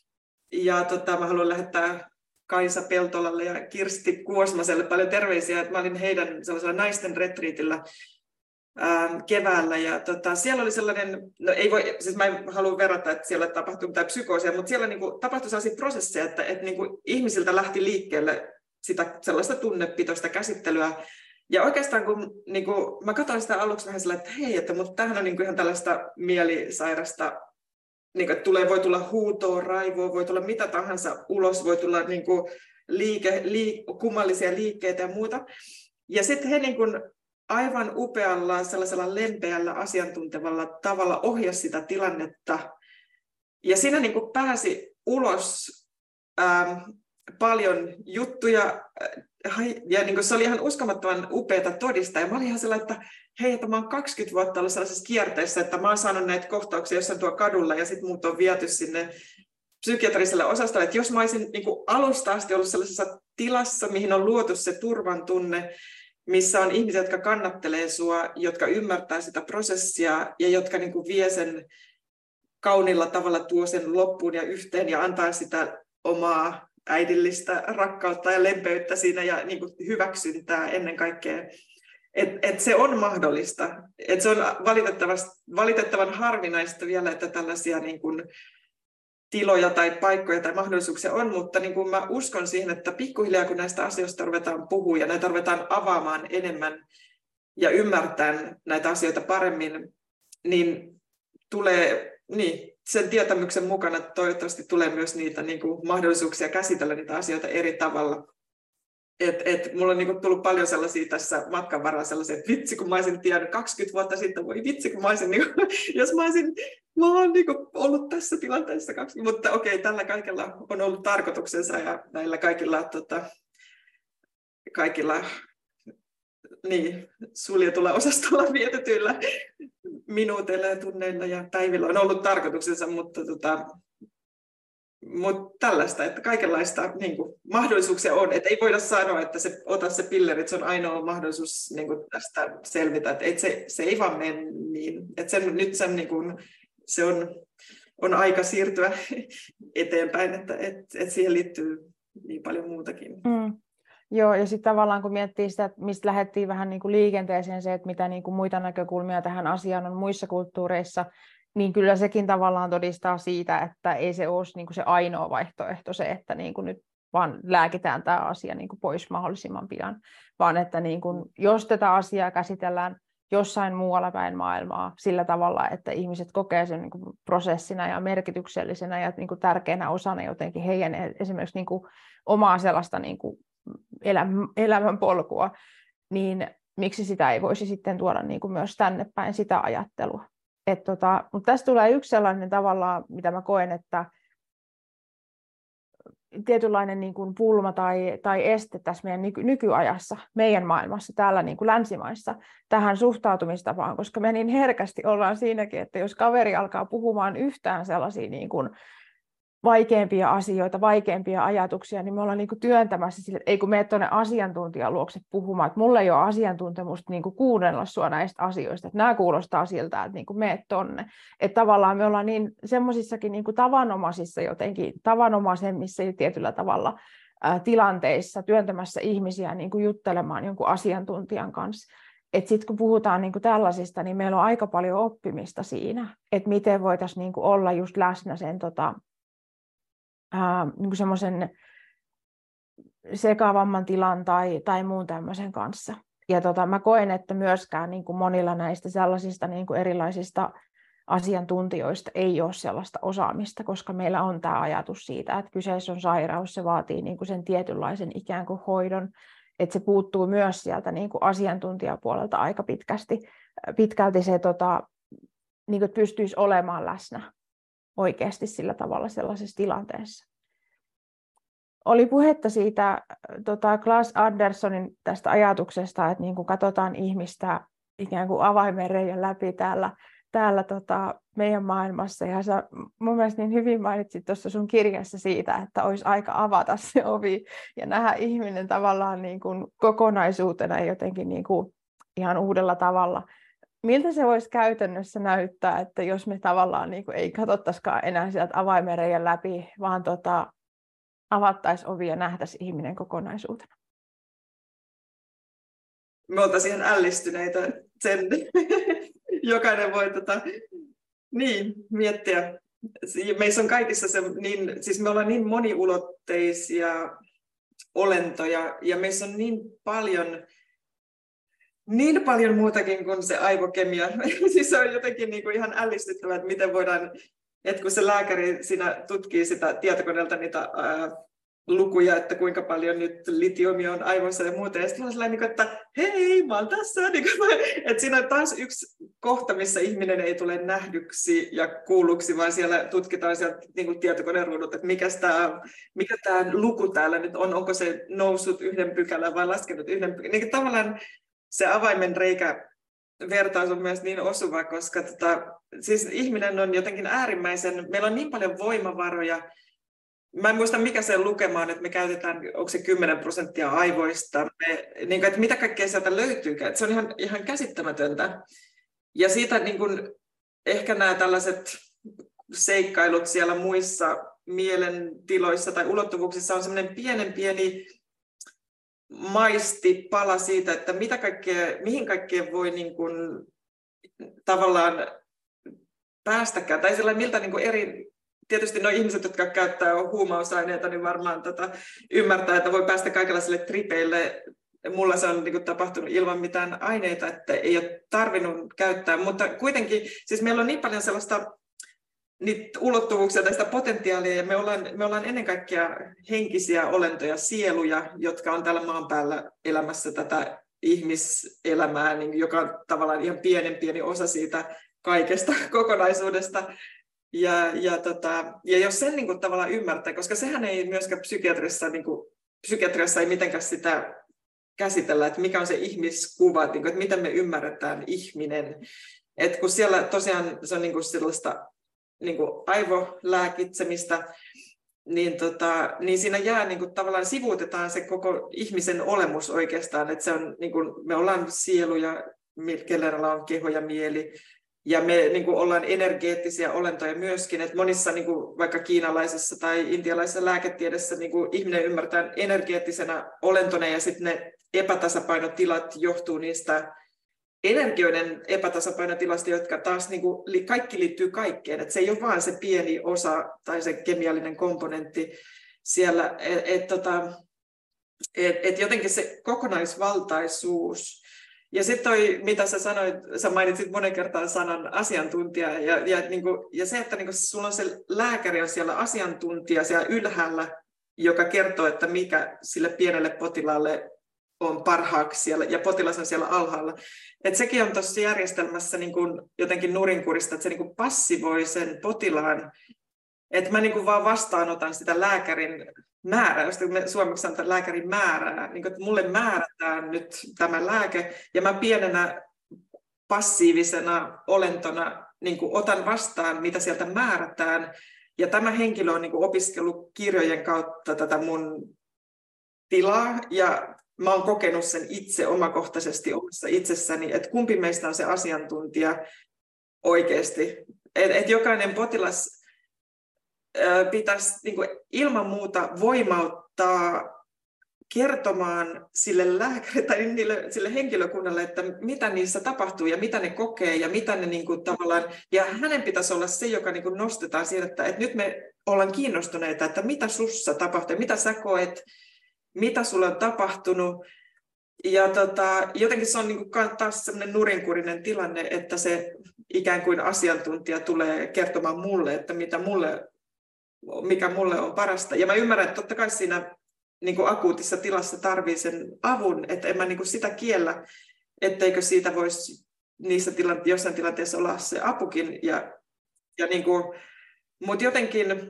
Ja tota, mä haluan lähettää Kaisa Peltolalle ja Kirsti Kuosmaselle paljon terveisiä, että mä olin heidän sellaisella naisten retriitillä ää, keväällä. Ja tota, siellä oli sellainen, no ei voi, siis mä en halua verrata, että siellä tapahtui mitään psykoosia, mutta siellä niinku tapahtui sellaisia prosesseja, että, että niinku ihmisiltä lähti liikkeelle sitä sellaista tunnepitoista käsittelyä. Ja oikeastaan kun niin kuin, mä katsoin sitä aluksi vähän sellainen, että hei, että, mutta tämähän on niin kuin ihan tällaista mielisairasta, niin kuin, että tulee, voi tulla huutoa, raivoa, voi tulla mitä tahansa ulos, voi tulla niin kuin, liike, liik, kummallisia liikkeitä ja muuta. Ja sitten he niin kuin, aivan upealla, sellaisella lempeällä, asiantuntevalla tavalla ohjasi sitä tilannetta. Ja siinä niin kuin, pääsi ulos ähm, paljon juttuja, ja niin kuin se oli ihan uskomattoman upeata todistaa. Ja mä olin ihan sellainen, että hei, että mä oon kaksikymmentä vuotta ollut sellaisessa kierteessä, että mä oon saanut näitä kohtauksia jossain tuo kadulla, ja sitten mut on viety sinne psykiatriselle osastolle. Että jos mä olisin niin kuin alusta asti ollut sellaisessa tilassa, mihin on luotu se turvan tunne, missä on ihmisiä, jotka kannattelee sua, jotka ymmärtää sitä prosessia, ja jotka niin kuin vie sen kauniilla tavalla, tuo sen loppuun ja yhteen, ja antaa sitä omaa äidillistä rakkautta ja lempeyttä siinä ja niin kuin hyväksyntää ennen kaikkea. Et, et se on mahdollista. Et se on valitettavan harvinaista vielä, että tällaisia niin kuin tiloja tai paikkoja tai mahdollisuuksia on, mutta niin kuin mä uskon siihen, että pikkuhiljaa kun näistä asioista ruvetaan puhumaan ja näitä ruvetaan avaamaan enemmän ja ymmärtämään näitä asioita paremmin, niin tulee niin, sen tietämyksen mukana toivottavasti tulee myös niitä niin kuin, mahdollisuuksia käsitellä niitä asioita eri tavalla. Et, et, mulla on niin kuin, tullut paljon sellaisia tässä matkan varrella sellaisia, että vitsi kun mä olisin tiennyt kaksikymmentä vuotta sitten, voi vitsi kun mä olisin, niin kuin, jos mä olisin mä olen, niin kuin, ollut tässä tilanteessa kaksikymmentä, mutta okei, tällä kaikella on ollut tarkoituksensa ja näillä kaikilla, tota, kaikilla niin, suljetulla osastolla vietetyillä minuuteilla ja tunneilla ja päivillä on ollut tarkoituksensa, mutta, tota, mutta tällaista, että kaikenlaista niin kuin, mahdollisuuksia on, että ei voida sanoa, että se, ota se pilleri, että se on ainoa mahdollisuus niin kuin, tästä selvitä, että et se, se ei vaan mene niin, että sen, nyt sen, niin kuin, se on, on aika siirtyä eteenpäin, että et, et siihen liittyy niin paljon muutakin. Mm. Joo, ja sitten tavallaan kun miettii sitä, että mistä lähdettiin vähän niin kuin liikenteeseen se, että mitä niin kuin muita näkökulmia tähän asiaan on muissa kulttuureissa, niin kyllä sekin tavallaan todistaa siitä, että ei se ole niin kuin se ainoa vaihtoehto se, että niin kuin nyt vaan lääkitään tämä asia niin kuin pois mahdollisimman pian, vaan että niin kuin, jos tätä asiaa käsitellään jossain muualla päin maailmaa sillä tavalla, että ihmiset kokee sen niin kuin prosessina ja merkityksellisenä ja niin kuin tärkeänä osana jotenkin heidän esimerkiksi niin kuin omaa sellaista niin kuin elämän polkua, niin miksi sitä ei voisi sitten tuoda niin kuin myös tänne päin sitä ajattelua. Et tota, mutta tässä tulee yksi sellainen tavallaan, mitä mä koen, että tietynlainen niin kuin pulma tai, tai este tässä meidän nyky- nykyajassa, meidän maailmassa, täällä niin kuin länsimaissa, tähän suhtautumistapaan, koska me niin herkästi ollaan siinäkin, että jos kaveri alkaa puhumaan yhtään sellaisia niin kuin vaikeampia asioita, vaikeampia ajatuksia, niin me ollaan niin kuin työntämässä sille, että ei kun mene tuonne asiantuntijan luokse puhumaan, että mulla ei ole asiantuntemusta niin kuin kuunnella sua näistä asioista, että nämä kuulostaa siltä, että niin kuin mene tonne. Että tavallaan me ollaan niin semmoisissakin niin kuin tavanomaisissa jotenkin, tavanomaisemmissa tietyllä tavalla ää, tilanteissa työntämässä ihmisiä niin kuin juttelemaan jonkun asiantuntijan kanssa. Että sitten kun puhutaan niinku tällaisista, niin meillä on aika paljon oppimista siinä, että miten voitaisiin niinku olla just läsnä sen tota, ää, niinku semmoisen sekavamman tilan tai, tai muun tämmöisen kanssa. Ja tota, mä koen, että myöskään niinku monilla näistä sellaisista niinku erilaisista asiantuntijoista ei ole sellaista osaamista, koska meillä on tämä ajatus siitä, että kyseessä on sairaus, se vaatii niinku sen tietynlaisen ikään kuin hoidon, että se puuttuu myös sieltä niin kuin asiantuntijapuolelta aika pitkästi, pitkälti se, tota, niin kuin, että pystyisi olemaan läsnä oikeasti sillä tavalla sellaisessa tilanteessa. Oli puhetta siitä tota, Claes Anderssonin tästä ajatuksesta, että niin kuin katsotaan ihmistä ikään kuin avaimen reiän läpi täällä, täällä tota, meidän maailmassa. Ja sä mun mielestä niin hyvin mainitsit tuossa sun kirjassa siitä, että olisi aika avata se ovi ja nähdä ihminen tavallaan niin kuin kokonaisuutena jotenkin niin kuin ihan uudella tavalla. Miltä se voisi käytännössä näyttää, että jos me tavallaan niin kuin ei katsottaisikaan enää sieltä avaimen reiän läpi, vaan tota, avattaisiin ovi ja nähtäisiin ihminen kokonaisuutena? Me oltaisiin ihan ällistyneitä. Sen jokainen voi tota, niin, miettiä. Meissä on kaikissa se, niin, siis me ollaan niin moniulotteisia olentoja ja meissä on niin paljon, niin paljon muutakin kuin se aivokemia. Siis se on jotenkin niin kuin ihan ällistyttävää, että miten voidaan, että kun se lääkäri siinä tutkii sitä tietokoneelta niitä ää, lukuja, että kuinka paljon nyt litiumia on aivoissa ja muuta. Ja sitten on sellainen, että hei, mä oon tässä. Että siinä on taas yksi kohta, missä ihminen ei tule nähdyksi ja kuulluksi, vaan siellä tutkitaan sieltä niin tietokoneen ruudut, että mikä tämä, mikä tämä luku täällä nyt on. Onko se noussut yhden pykälän vai laskenut yhden pykälän. Niin tavallaan se avaimen reikä vertaus on myös niin osuva, koska tota, siis ihminen on jotenkin äärimmäisen, meillä on niin paljon voimavaroja. Mä en muista, mikä se lukema on, että me käytetään, onko se kymmenen prosenttia aivoista, me, niin kuin, että mitä kaikkea sieltä löytyy. Se on ihan, ihan käsittämätöntä. Ja siitä niin kuin, ehkä nämä tällaiset seikkailut siellä muissa mielentiloissa tai ulottuvuuksissa on semmoinen pienen pieni maistipala siitä, että mitä kaikkea, mihin kaikkeen voi niin kuin, tavallaan päästäkään. Tai sellainen, miltä niin kuin eri... Tietysti nuo ihmiset, jotka käyttää huumausaineita, niin varmaan tota, ymmärtää, että voi päästä kaikenlaisille tripeille. Mulla se on niin kuin, tapahtunut ilman mitään aineita, että ei ole tarvinnut käyttää. Mutta kuitenkin, siis meillä on niin paljon sellaista niitä ulottuvuuksia tai sitä potentiaalia, ja me ollaan, me ollaan ennen kaikkea henkisiä olentoja, sieluja, jotka on täällä maan päällä elämässä tätä ihmiselämää, niin, joka on tavallaan ihan pienen pieni osa siitä kaikesta kokonaisuudesta. Ja, ja, tota, ja jos sen niin kuin, tavallaan ymmärtää, koska sehän ei myöskään psykiatriassa, niin kuin, psykiatriassa ei mitenkään sitä käsitellä, että mikä on se ihmiskuva, että, niin kuin, että miten me ymmärretään ihminen. Et kun siellä tosiaan se on niin kuin sellaista niin kuin aivolääkitsemistä, niin, tota, niin siinä jää niin kuin, tavallaan sivuutetaan se koko ihmisen olemus oikeastaan, että se on, niin kuin, me ollaan sieluja, kenellä on keho ja mieli. Ja me niin kuin, ollaan energeettisiä olentoja myöskin, että monissa niin kuin, vaikka kiinalaisessa tai intialaisessa lääketiedessä niin kuin, ihminen ymmärtää energeettisenä olentona ja sitten ne epätasapainotilat johtuu niistä energioiden epätasapainotilasta, jotka taas niin kuin, kaikki liittyy kaikkeen. Et se ei ole vain se pieni osa tai se kemiallinen komponentti siellä, että et, tota, et, et jotenkin se kokonaisvaltaisuus. Ja sitten toi, mitä sä sanoit, sä mainitsit monen kertaan sanan asiantuntija, ja, ja, niin kuin, ja se, että niin kuin sulla on se lääkäri on siellä asiantuntija siellä ylhäällä, joka kertoo, että mikä sille pienelle potilaalle on parhaaksi siellä, ja potilas on siellä alhaalla. Et sekin on tuossa järjestelmässä niin kuin jotenkin nurinkurista, että se niin kuin passivoi sen potilaan, että mä niin kuin vaan vastaanotan sitä lääkärin määrää, josta me suomeksi sanotaan lääkärin määrää, niin kuin, että mulle määrätään nyt tämä lääke, ja mä pienenä passiivisena olentona niin kuin otan vastaan, mitä sieltä määrätään, Ja tämä henkilö on niin kuin opiskellut kirjojen kautta tätä mun tilaa, ja mä oon kokenut sen itse omakohtaisesti omassa itsessäni, että kumpi meistä on se asiantuntija oikeasti. Että et jokainen potilas ää, pitäisi niin kuin ilman muuta voimauttaa kertomaan sille lääkärille tai niille, sille henkilökunnalle, että mitä niissä tapahtuu ja mitä ne kokee ja mitä ne niin kuin tavallaan, ja hänen pitäisi olla se, joka niin kuin nostetaan siitä, että, että nyt me ollaan kiinnostuneita, että mitä sussa tapahtuu, mitä sä koet, mitä sulle on tapahtunut. Ja tota, jotenkin se on niin kuin taas sellainen nurinkurinen tilanne, että se ikään kuin asiantuntija tulee kertomaan mulle, että mitä mulle, mikä mulle on parasta. Ja mä ymmärrän, että totta kai siinä niin kuin akuutissa tilassa tarvii sen avun, että en mä niin kuin sitä kiellä, etteikö siitä voisi niissä tilante- jossain tilanteessa olla se apukin. Ja, ja niin kuin, mutta jotenkin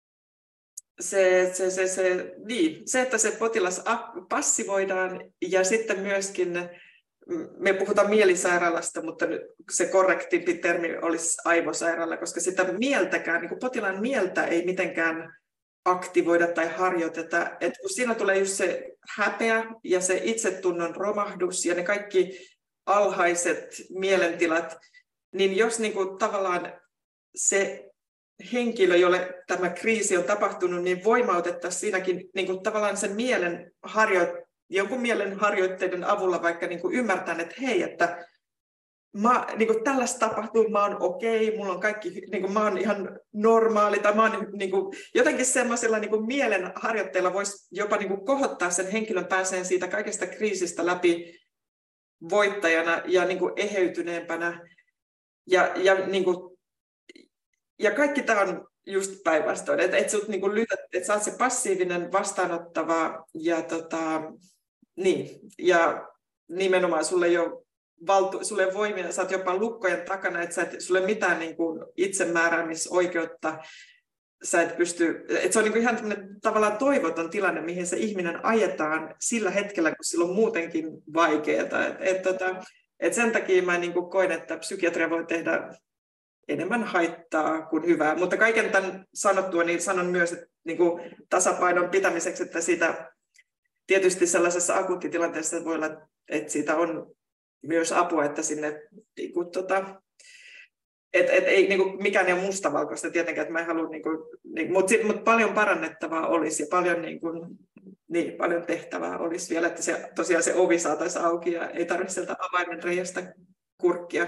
se, se, se, se, niin, se, että se potilas passivoidaan ja sitten myöskin, me puhutaan mielisairaalasta, mutta se korrektimpi termi olisi aivosairaala, koska sitä mieltäkään, niin kuin potilaan mieltä ei mitenkään aktivoida tai harjoiteta. Et kun siinä tulee just se häpeä ja se itsetunnon romahdus ja ne kaikki alhaiset mielentilat, niin jos niin kuin tavallaan se henkilö, jolle tämä kriisi on tapahtunut, niin voimautettaisiin siinäkin niin kuin tavallaan sen mielen harjo- jonkun mielen harjoitteiden avulla vaikka niin kuin ymmärtää, että hei, että mä, niin kuin tällaista tapahtuu, mä oon okei, mulla on kaikki, niin kuin mä oon ihan normaali, tai mä oon niin kuin, jotenkin semmoisella niin kuin mielen harjoitteilla voisi jopa niin kuin kohottaa sen henkilön pääseen siitä kaikesta kriisistä läpi voittajana ja niin kuin eheytyneempänä. Ja, ja, niin kuin, ja kaikki tämä on just päinvastoin, että et sut niin kuin lytät, että sä oot se passiivinen, vastaanottava ja, tota, niin, ja nimenomaan sulle ei ole Valtu, sulle voimia, sä oot jopa lukkojen takana, että sä et, sulle ei mitään niin kuin itsemääräämisoikeutta, sä et pysty, että se on niin kuin ihan tavallaan toivoton tilanne, mihin se ihminen ajetaan sillä hetkellä, kun sillä on muutenkin vaikeaa. Et, et, tota, et sen takia mä niin kuin koen, että psykiatria voi tehdä enemmän haittaa kuin hyvää, mutta kaiken tämän sanottua, niin sanon myös, että niin kuin tasapainon pitämiseksi, että siitä tietysti sellaisessa akuuttitilanteessa voi olla, että siitä on myös apua, että sinne, niin kuin, tota, et, et, ei, niin kuin, mikään ei ole mustavalkoista tietenkään, että mä en halua, niin kuin, niin, mutta, mutta paljon parannettavaa olisi ja paljon, niin kuin, niin, paljon tehtävää olisi vielä, että se, tosiaan se ovi saataisiin auki ja ei tarvitse sieltä avaimen reiästä kurkkia.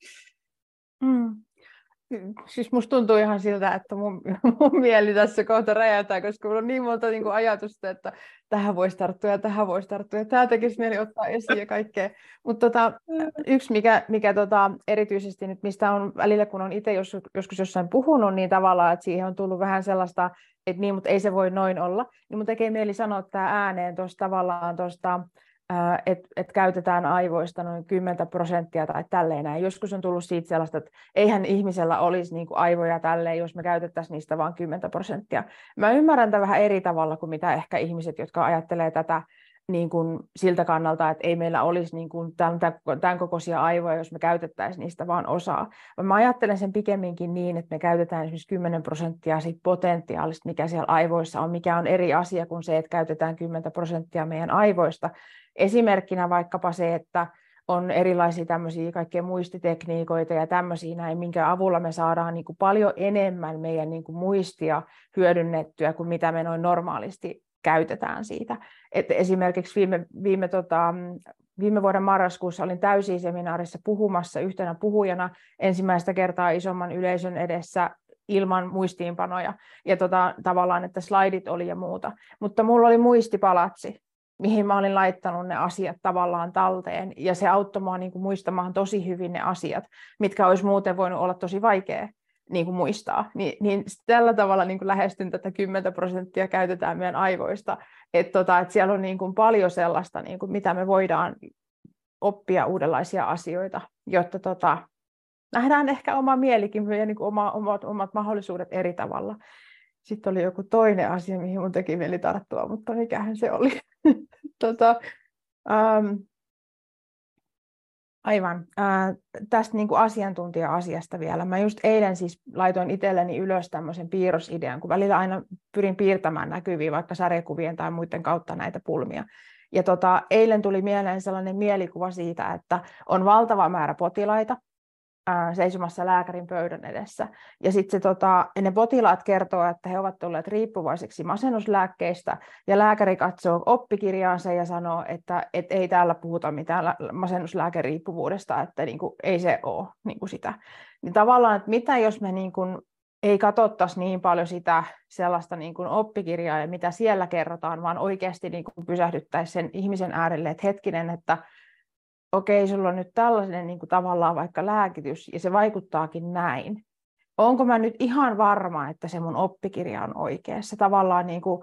Mm. Siis musta tuntuu ihan siltä, että mun, mun mieli tässä kohta räjäytää, koska mulla on niin monta niin kuin ajatusta, että tähän voisi tarttua ja tähän voisi tarttua ja tämä tekisi mieli ottaa esiin ja kaikkea. Mutta tota, yksi, mikä, mikä tota, erityisesti nyt, mistä on välillä, kun on itse jos, joskus jossain puhunut, niin tavallaan, että siihen on tullut vähän sellaista, että niin, mutta ei se voi noin olla, niin mun tekee mieli sanoa tämä ääneen tuosta tavallaan tuosta, että et käytetään aivoista noin kymmenen prosenttia tai tälleen näin. Joskus on tullut siitä sellaista, että eihän ihmisellä olisi niinku aivoja tälleen, jos me käytettäisiin niistä vain kymmenen prosenttia. Mä ymmärrän tämän vähän eri tavalla kuin mitä ehkä ihmiset, jotka ajattelee tätä niin kuin siltä kannalta, että ei meillä olisi niin kuin tämän, tämän kokoisia aivoja, jos me käytettäisiin niistä vain osaa. Mä ajattelen sen pikemminkin niin, että me käytetään esimerkiksi kymmenen prosenttia siitä potentiaalista, mikä siellä aivoissa on, mikä on eri asia kuin se, että käytetään kymmenen prosenttia meidän aivoista. Esimerkkinä vaikkapa se, että on erilaisia tämmöisiä kaikkia muistitekniikoita ja tämmöisiä näin, minkä avulla me saadaan niin kuin paljon enemmän meidän niin kuin muistia hyödynnettyä kuin mitä me noin normaalisti käytetään siitä. Et esimerkiksi viime, viime, tota, viime vuoden marraskuussa olin täysiseminaarissa puhumassa yhtenä puhujana ensimmäistä kertaa isomman yleisön edessä ilman muistiinpanoja. Ja tota, tavallaan, että slaidit oli ja muuta. Mutta mulla oli muistipalatsi, mihin mä olin laittanut ne asiat tavallaan talteen. Ja se auttoi mua niin kuin muistamaan tosi hyvin ne asiat, mitkä olisi muuten voinut olla tosi vaikea niin kuin muistaa. Ni, niin tällä tavalla niin kuin lähestyn tätä kymmenen prosenttia käytetään meidän aivoista. Että tota, et siellä on niin kuin paljon sellaista, niin kuin mitä me voidaan oppia uudenlaisia asioita, jotta tota, nähdään ehkä oma mielikin ja niin kuin oma, omat, omat mahdollisuudet eri tavalla. Sitten oli joku toinen asia, mihin mun teki mieli tarttua, mutta mikähän se oli. tota, ähm, Aivan. Äh, tästä niin kuin asiantuntija-asiasta vielä. Mä just eilen siis laitoin itselleni ylös tämmöisen piirrosidean, kun välillä aina pyrin piirtämään näkyviä vaikka sarjakuvien tai muiden kautta näitä pulmia. Ja tota, eilen tuli mieleen sellainen mielikuva siitä, että on valtava määrä potilaita ää, seisomassa lääkärin pöydän edessä. Ja sitten tota, ne potilaat kertoo, että he ovat tulleet riippuvaiseksi masennuslääkkeistä, ja lääkäri katsoo oppikirjaansa ja sanoo, että et ei täällä puhuta mitään masennuslääkeriippuvuudesta, että niinku, ei se ole niinku sitä. Niin tavallaan, että mitä jos me niinku ei katsottaisi niin paljon sitä sellaista niin kuin oppikirjaa ja mitä siellä kerrotaan, vaan oikeasti niin kuin pysähdyttäisiin sen ihmisen äärelle, että hetkinen, että okei, sulla on nyt tällainen niin kuin tavallaan vaikka lääkitys ja se vaikuttaakin näin. Onko mä nyt ihan varma, että se mun oppikirja on oikeassa? Tavallaan niin kuin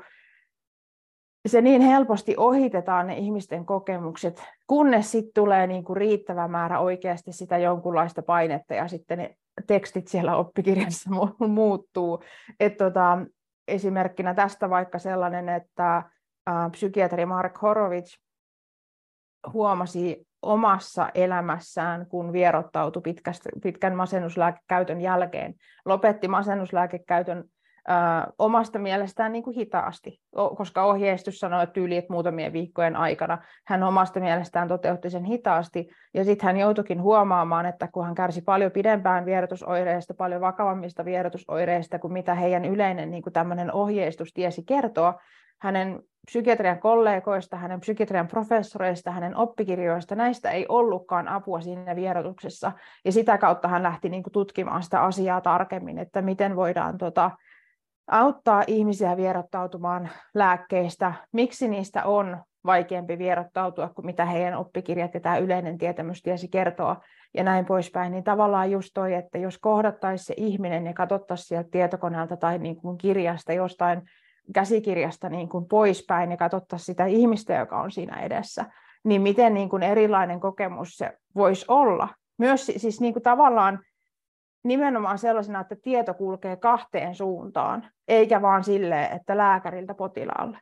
se niin helposti ohitetaan ne ihmisten kokemukset, kunnes sitten tulee niin kuin riittävä määrä oikeasti sitä jonkunlaista painetta ja sitten ne tekstit siellä oppikirjassa muuttuu. Et tota, esimerkkinä tästä vaikka sellainen, että ä, psykiatri Mark Horowitz huomasi omassa elämässään, kun vierottautui pitkästä, pitkän masennuslääkekäytön jälkeen, lopetti masennuslääkekäytön Ö, omasta mielestään niin kuin hitaasti, koska ohjeistus sanoi tyyli, että muutamien viikkojen aikana hän omasta mielestään toteutti sen hitaasti, ja sitten hän joutuikin huomaamaan, että kun hän kärsi paljon pidempään vierotusoireista, paljon vakavammista vierotusoireista kuin mitä heidän yleinen niin kuin tämmöinen ohjeistus tiesi kertoa, hänen psykiatrian kollegoista, hänen psykiatrian professoreista, hänen oppikirjoista, näistä ei ollutkaan apua siinä vierotuksessa, ja sitä kautta hän lähti niin kuin tutkimaan sitä asiaa tarkemmin, että miten voidaan tota, auttaa ihmisiä vierottautumaan lääkkeistä, miksi niistä on vaikeampi vierottautua kuin mitä heidän oppikirjat ja tämä yleinen tietämys tiesi kertoa ja näin poispäin, niin tavallaan just toi, että jos kohdattaisiin se ihminen ja katsottaisiin sieltä tietokoneelta tai niin kuin kirjasta, jostain käsikirjasta niin kuin poispäin ja katsottaisiin sitä ihmistä, joka on siinä edessä, niin miten niin kuin erilainen kokemus se voisi olla. Myös siis niin kuin tavallaan nimenomaan sellaisena, että tieto kulkee kahteen suuntaan, eikä vaan silleen, että lääkäriltä potilaalle.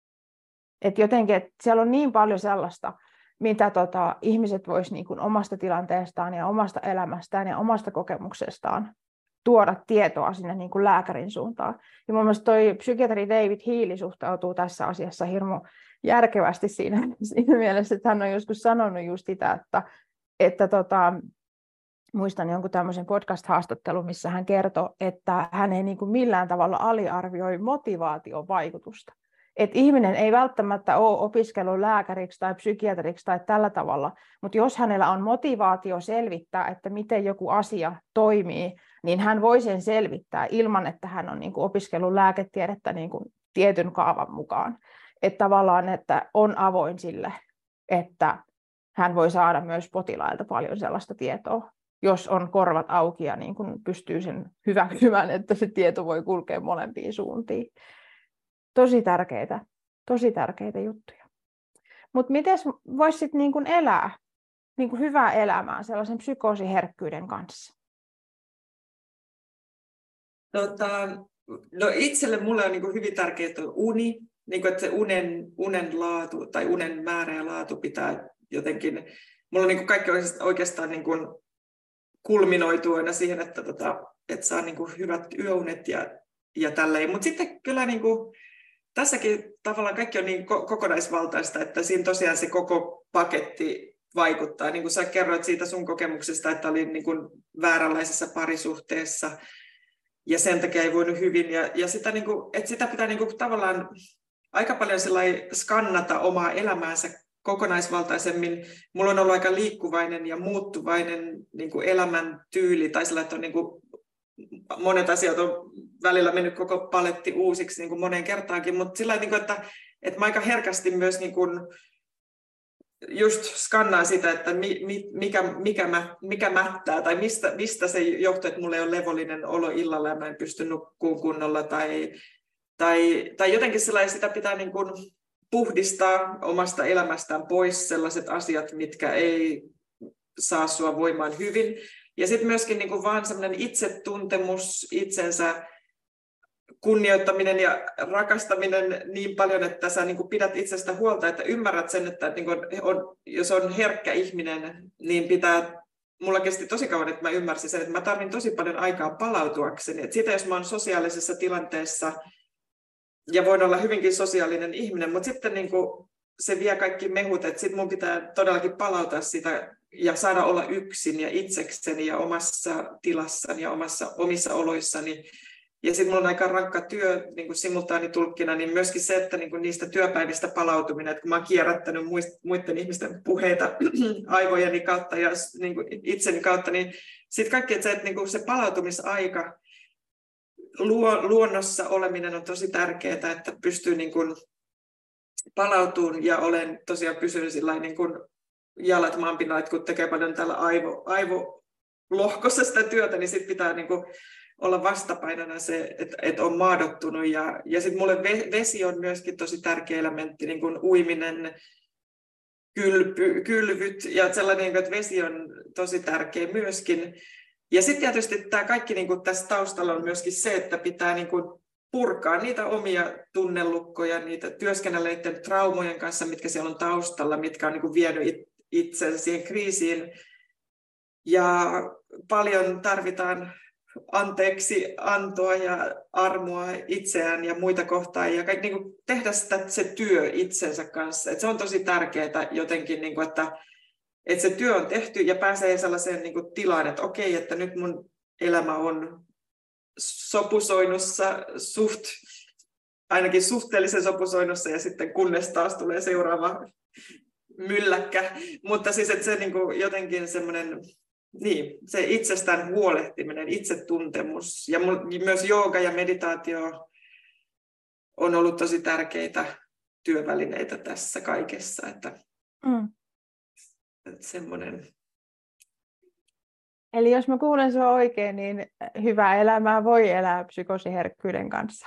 Et jotenkin, että siellä on niin paljon sellaista, mitä tota, ihmiset voisivat niin kuin omasta tilanteestaan ja omasta elämästään ja omasta kokemuksestaan tuoda tietoa sinne niin kuin lääkärin suuntaan. Ja mun mielestä toi psykiatri David Healy suhtautuu tässä asiassa hirmu järkevästi siinä, siinä mielessä, että hän on joskus sanonut just sitä, että, että tota, muistan jonkun tämmöisen podcast-haastattelun, missä hän kertoi, että hän ei niin kuin millään tavalla aliarvioi motivaation vaikutusta. Että ihminen ei välttämättä ole opiskellut lääkäriksi tai psykiatriksi tai tällä tavalla, mutta jos hänellä on motivaatio selvittää, että miten joku asia toimii, niin hän voi sen selvittää ilman, että hän on niin kuin opiskellut lääketiedettä niin kuin tietyn kaavan mukaan. Että tavallaan, että on avoin sille, että hän voi saada myös potilailta paljon sellaista tietoa, jos on korvat auki ja niin kun pystyy sen hyväksymään, että se tieto voi kulkea molempiin suuntiin. Tosi tärkeitä, tosi tärkeitä juttuja. Mutta miten voisit niin kun elää niin kun hyvää elämää sellaisen psykoosiherkkyyden kanssa? Tota, no itselle mulle on niin kuin hyvin tärkeää uni, niin kuin, että se unen, unen laatu tai unen määrä ja laatu pitää jotenkin, mulla on niin kuin kaikki oikeastaan niin kuin kulminoituu aina siihen, että, tota, että saa niin kuin hyvät yöunet ja, ja tälleen. Mutta sitten kyllä niin kuin, tässäkin tavallaan kaikki on niin kokonaisvaltaista, että siinä tosiaan se koko paketti vaikuttaa. Niin kuin sä kerroit siitä sun kokemuksesta, että oli niin kuin vääränlaisessa parisuhteessa ja sen takia ei voinut hyvin. Ja, ja sitä, niin kuin, että sitä pitää niin kuin tavallaan aika paljon skannata omaa elämäänsä kokonaisvaltaisemmin. Mulla on ollut aika liikkuvainen ja muuttuvainen niin kuin elämäntyyli, tai sillä, että on, niin kuin, monet asiat on välillä mennyt koko paletti uusiksi niin kuin moneen kertaankin, mutta sillä niin kuin, että, että mä aika herkästi myös niin kuin, just skannaan sitä, että mikä, mikä, mä, mikä mättää, tai mistä, mistä se johtuu, että mulla ei ole levollinen olo illalla ja mä en pysty nukkumaan kunnolla, tai, tai, tai jotenkin sitä pitää niin kuin puhdistaa omasta elämästään pois sellaiset asiat, mitkä ei saa sua voimaan hyvin. Ja sitten myöskin niin kuin vaan sellainen itsetuntemus, itsensä kunnioittaminen ja rakastaminen niin paljon, että sä niin kuin pidät itsestä huolta, että ymmärrät sen, että niin kuin on, jos on herkkä ihminen, niin pitää, mulla kesti tosi kauan, että mä ymmärsin sen, että mä tarvin tosi paljon aikaa palautuakseni. Että siitä, jos mä oon sosiaalisessa tilanteessa ja voin olla hyvinkin sosiaalinen ihminen, mutta sitten niin kuin se vie kaikki mehut, että sitten mun pitää todellakin palautua sitä ja saada olla yksin ja itsekseni ja omassa tilassani ja omassa, omissa oloissani. Ja sitten mulla on aika rankka työ niin kuin simultaanitulkkina, niin myöskin se, että niin kuin niistä työpäivistä palautuminen, että kun mä oon kierrättänyt muiden ihmisten puheita aivojeni kautta ja niin kuin itseni kautta, niin sitten kaikki, että se, että niin kuin se palautumisaika, luonnossa oleminen on tosi tärkeää, että pystyy niin kuin palautumaan ja olen tosiaan pysyn sillä niin kuin jalat maanpinnalla, että kun tekee paljon täällä aivo, aivolohkossa sitä työtä, niin sitten pitää niin kuin olla vastapainona se, että, että on maadottunut. Ja, ja sitten mulle vesi on myöskin tosi tärkeä elementti, niin kuin uiminen, kylpy, kylvyt ja sellainen, että vesi on tosi tärkeä myöskin. Ja sitten tietysti tämä kaikki niin kuin tässä taustalla on myöskin se, että pitää niin kuin purkaa niitä omia tunnelukkoja, niitä työskennelleiden traumojen kanssa, mitkä siellä on taustalla, mitkä on niin kuin vienyt itsensä siihen kriisiin. Ja paljon tarvitaan anteeksi antoa ja armoa itseään ja muita kohtaan ja kaikki, niin kuin tehdä sitä, se työ itsensä kanssa. Et se on tosi tärkeää jotenkin, niin kuin, että, että se työ on tehty ja pääsee sellaiseen niin kuin tilaan, että okei, että nyt mun elämä on sopusoinnussa, suht, ainakin suhteellisen sopusoinnussa ja sitten kunnes taas tulee seuraava mylläkkä. Mutta siis, että se niin kuin jotenkin semmoinen niin, se itsestään huolehtiminen, itsetuntemus ja myös jooga ja meditaatio on ollut tosi tärkeitä työvälineitä tässä kaikessa. Että, mm. että semmoinen. Eli jos mä kuulen sua oikein, niin hyvää elämää voi elää psykoosiherkkyyden kanssa.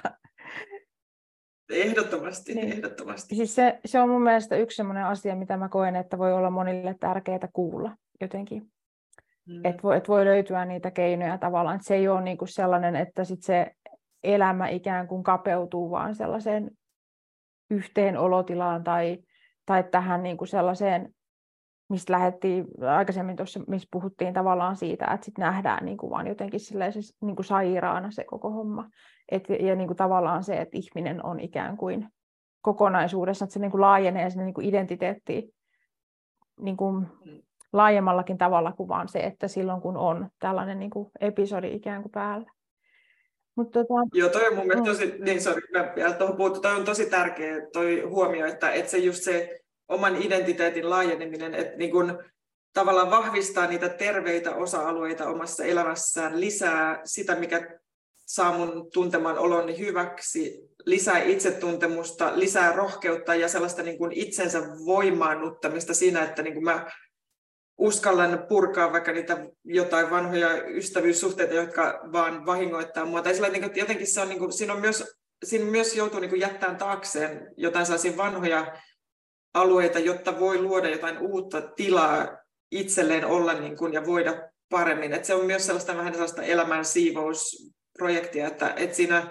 Ehdottomasti, niin. ehdottomasti. Siis se, se on mun mielestä yksi semmoinen asia, mitä mä koen, että voi olla monille tärkeää kuulla jotenkin. Mm. Että voi, et voi löytyä niitä keinoja tavallaan, että se ei ole niinku sellainen, että sit se elämä ikään kuin kapeutuu vaan sellaiseen yhteen olotilaan tai, tai tähän niinku sellaiseen, mistä lähdettiin aikaisemmin tuossa, missä puhuttiin tavallaan siitä, että sit nähdään niinku vaan jotenkin niinku sairaana se koko homma. Et, ja niinku tavallaan se, että ihminen on ikään kuin kokonaisuudessa, että se niinku laajenee sinne niinku identiteettiin. Niinku, mm. laajemmallakin tavalla kuin vaan se, että silloin kun on tällainen niin kuin episodi ikään kuin päällä. Mut, tota... Joo, toi on mun mielestä tosi, niin sorry, mä vielä tuohon puhuttu, toi on tosi tärkeä toi huomio, että, että se just se oman identiteetin laajeneminen, että niin kun tavallaan vahvistaa niitä terveitä osa-alueita omassa elämässään, lisää sitä, mikä saa mun tuntemaan oloni hyväksi, lisää itsetuntemusta, lisää rohkeutta ja sellaista niin kuin itsensä voimaannuttamista siinä, että niin kuin mä uskallan purkaa vaikka niitä jotain vanhoja ystävyyssuhteita, jotka vaan vahingoittaa mua. Tai sillä, että jotenkin se on, niin kuin, siinä, on myös, siinä myös joutuu niin kuin jättämään taakseen jotain sellaisia vanhoja alueita, jotta voi luoda jotain uutta tilaa itselleen olla niin kuin, ja voida paremmin. Että se on myös sellaista vähän sellaista elämän siivousprojektia, että, että siinä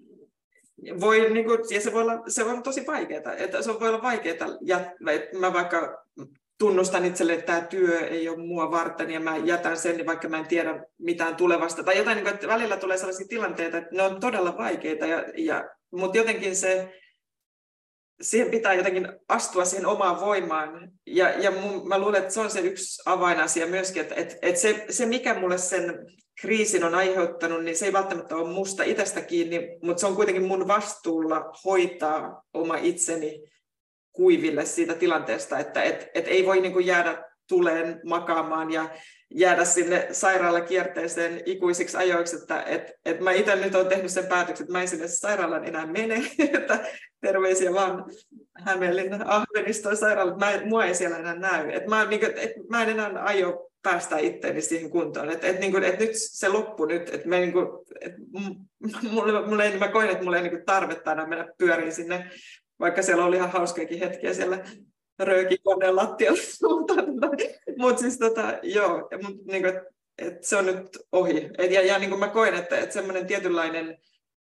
voi, niin kuin, ja se voi olla, se on tosi vaikeaa. Että se voi olla vaikeaa, että mä vaikka tunnustan itselle, että tämä työ ei ole mua varten ja mä jätän sen, vaikka mä en tiedä mitään tulevasta. Tai jotain, että välillä tulee sellaisia tilanteita, että ne on todella vaikeita, ja, ja, mutta jotenkin se, siihen pitää jotenkin astua siihen omaan voimaan. Ja, ja mun, mä luulen, että se on se yksi avainasia myöskin, että, että, että se, se, mikä mulle sen kriisin on aiheuttanut, niin se ei välttämättä ole musta itsestä kiinni, mutta se on kuitenkin mun vastuulla hoitaa oma itseni kuiville siitä tilanteesta, että et, et ei voi niin kuin jäädä tuleen makaamaan ja jäädä sinne sairaalakierteeseen ikuisiksi ajoiksi, että et, et mä itse nyt olen tehnyt sen päätöksen, että mä en sinne sairaalaan enää mene, että terveisiä vaan Hämeenlinnan Ahveniston sairaalaan, mä en, mua ei siellä enää näy, että mä, niin kuin, et, mä en enää aio päästä itteeni siihen kuntoon, että et, niin kuin, et nyt se loppu nyt, että niin kuin, et, mulle, mulle ei, mä koin, että mulla ei niin kuin tarvetta enää mennä pyöriin sinne, vaikka siellä oli ihan hauskiakin hetkiä siellä röökikoneen lattialla. Mutta siis tota, joo, mut, niin kuin, et se on nyt ohi. Et, ja ja niin kuin mä koen, että et semmoinen tietynlainen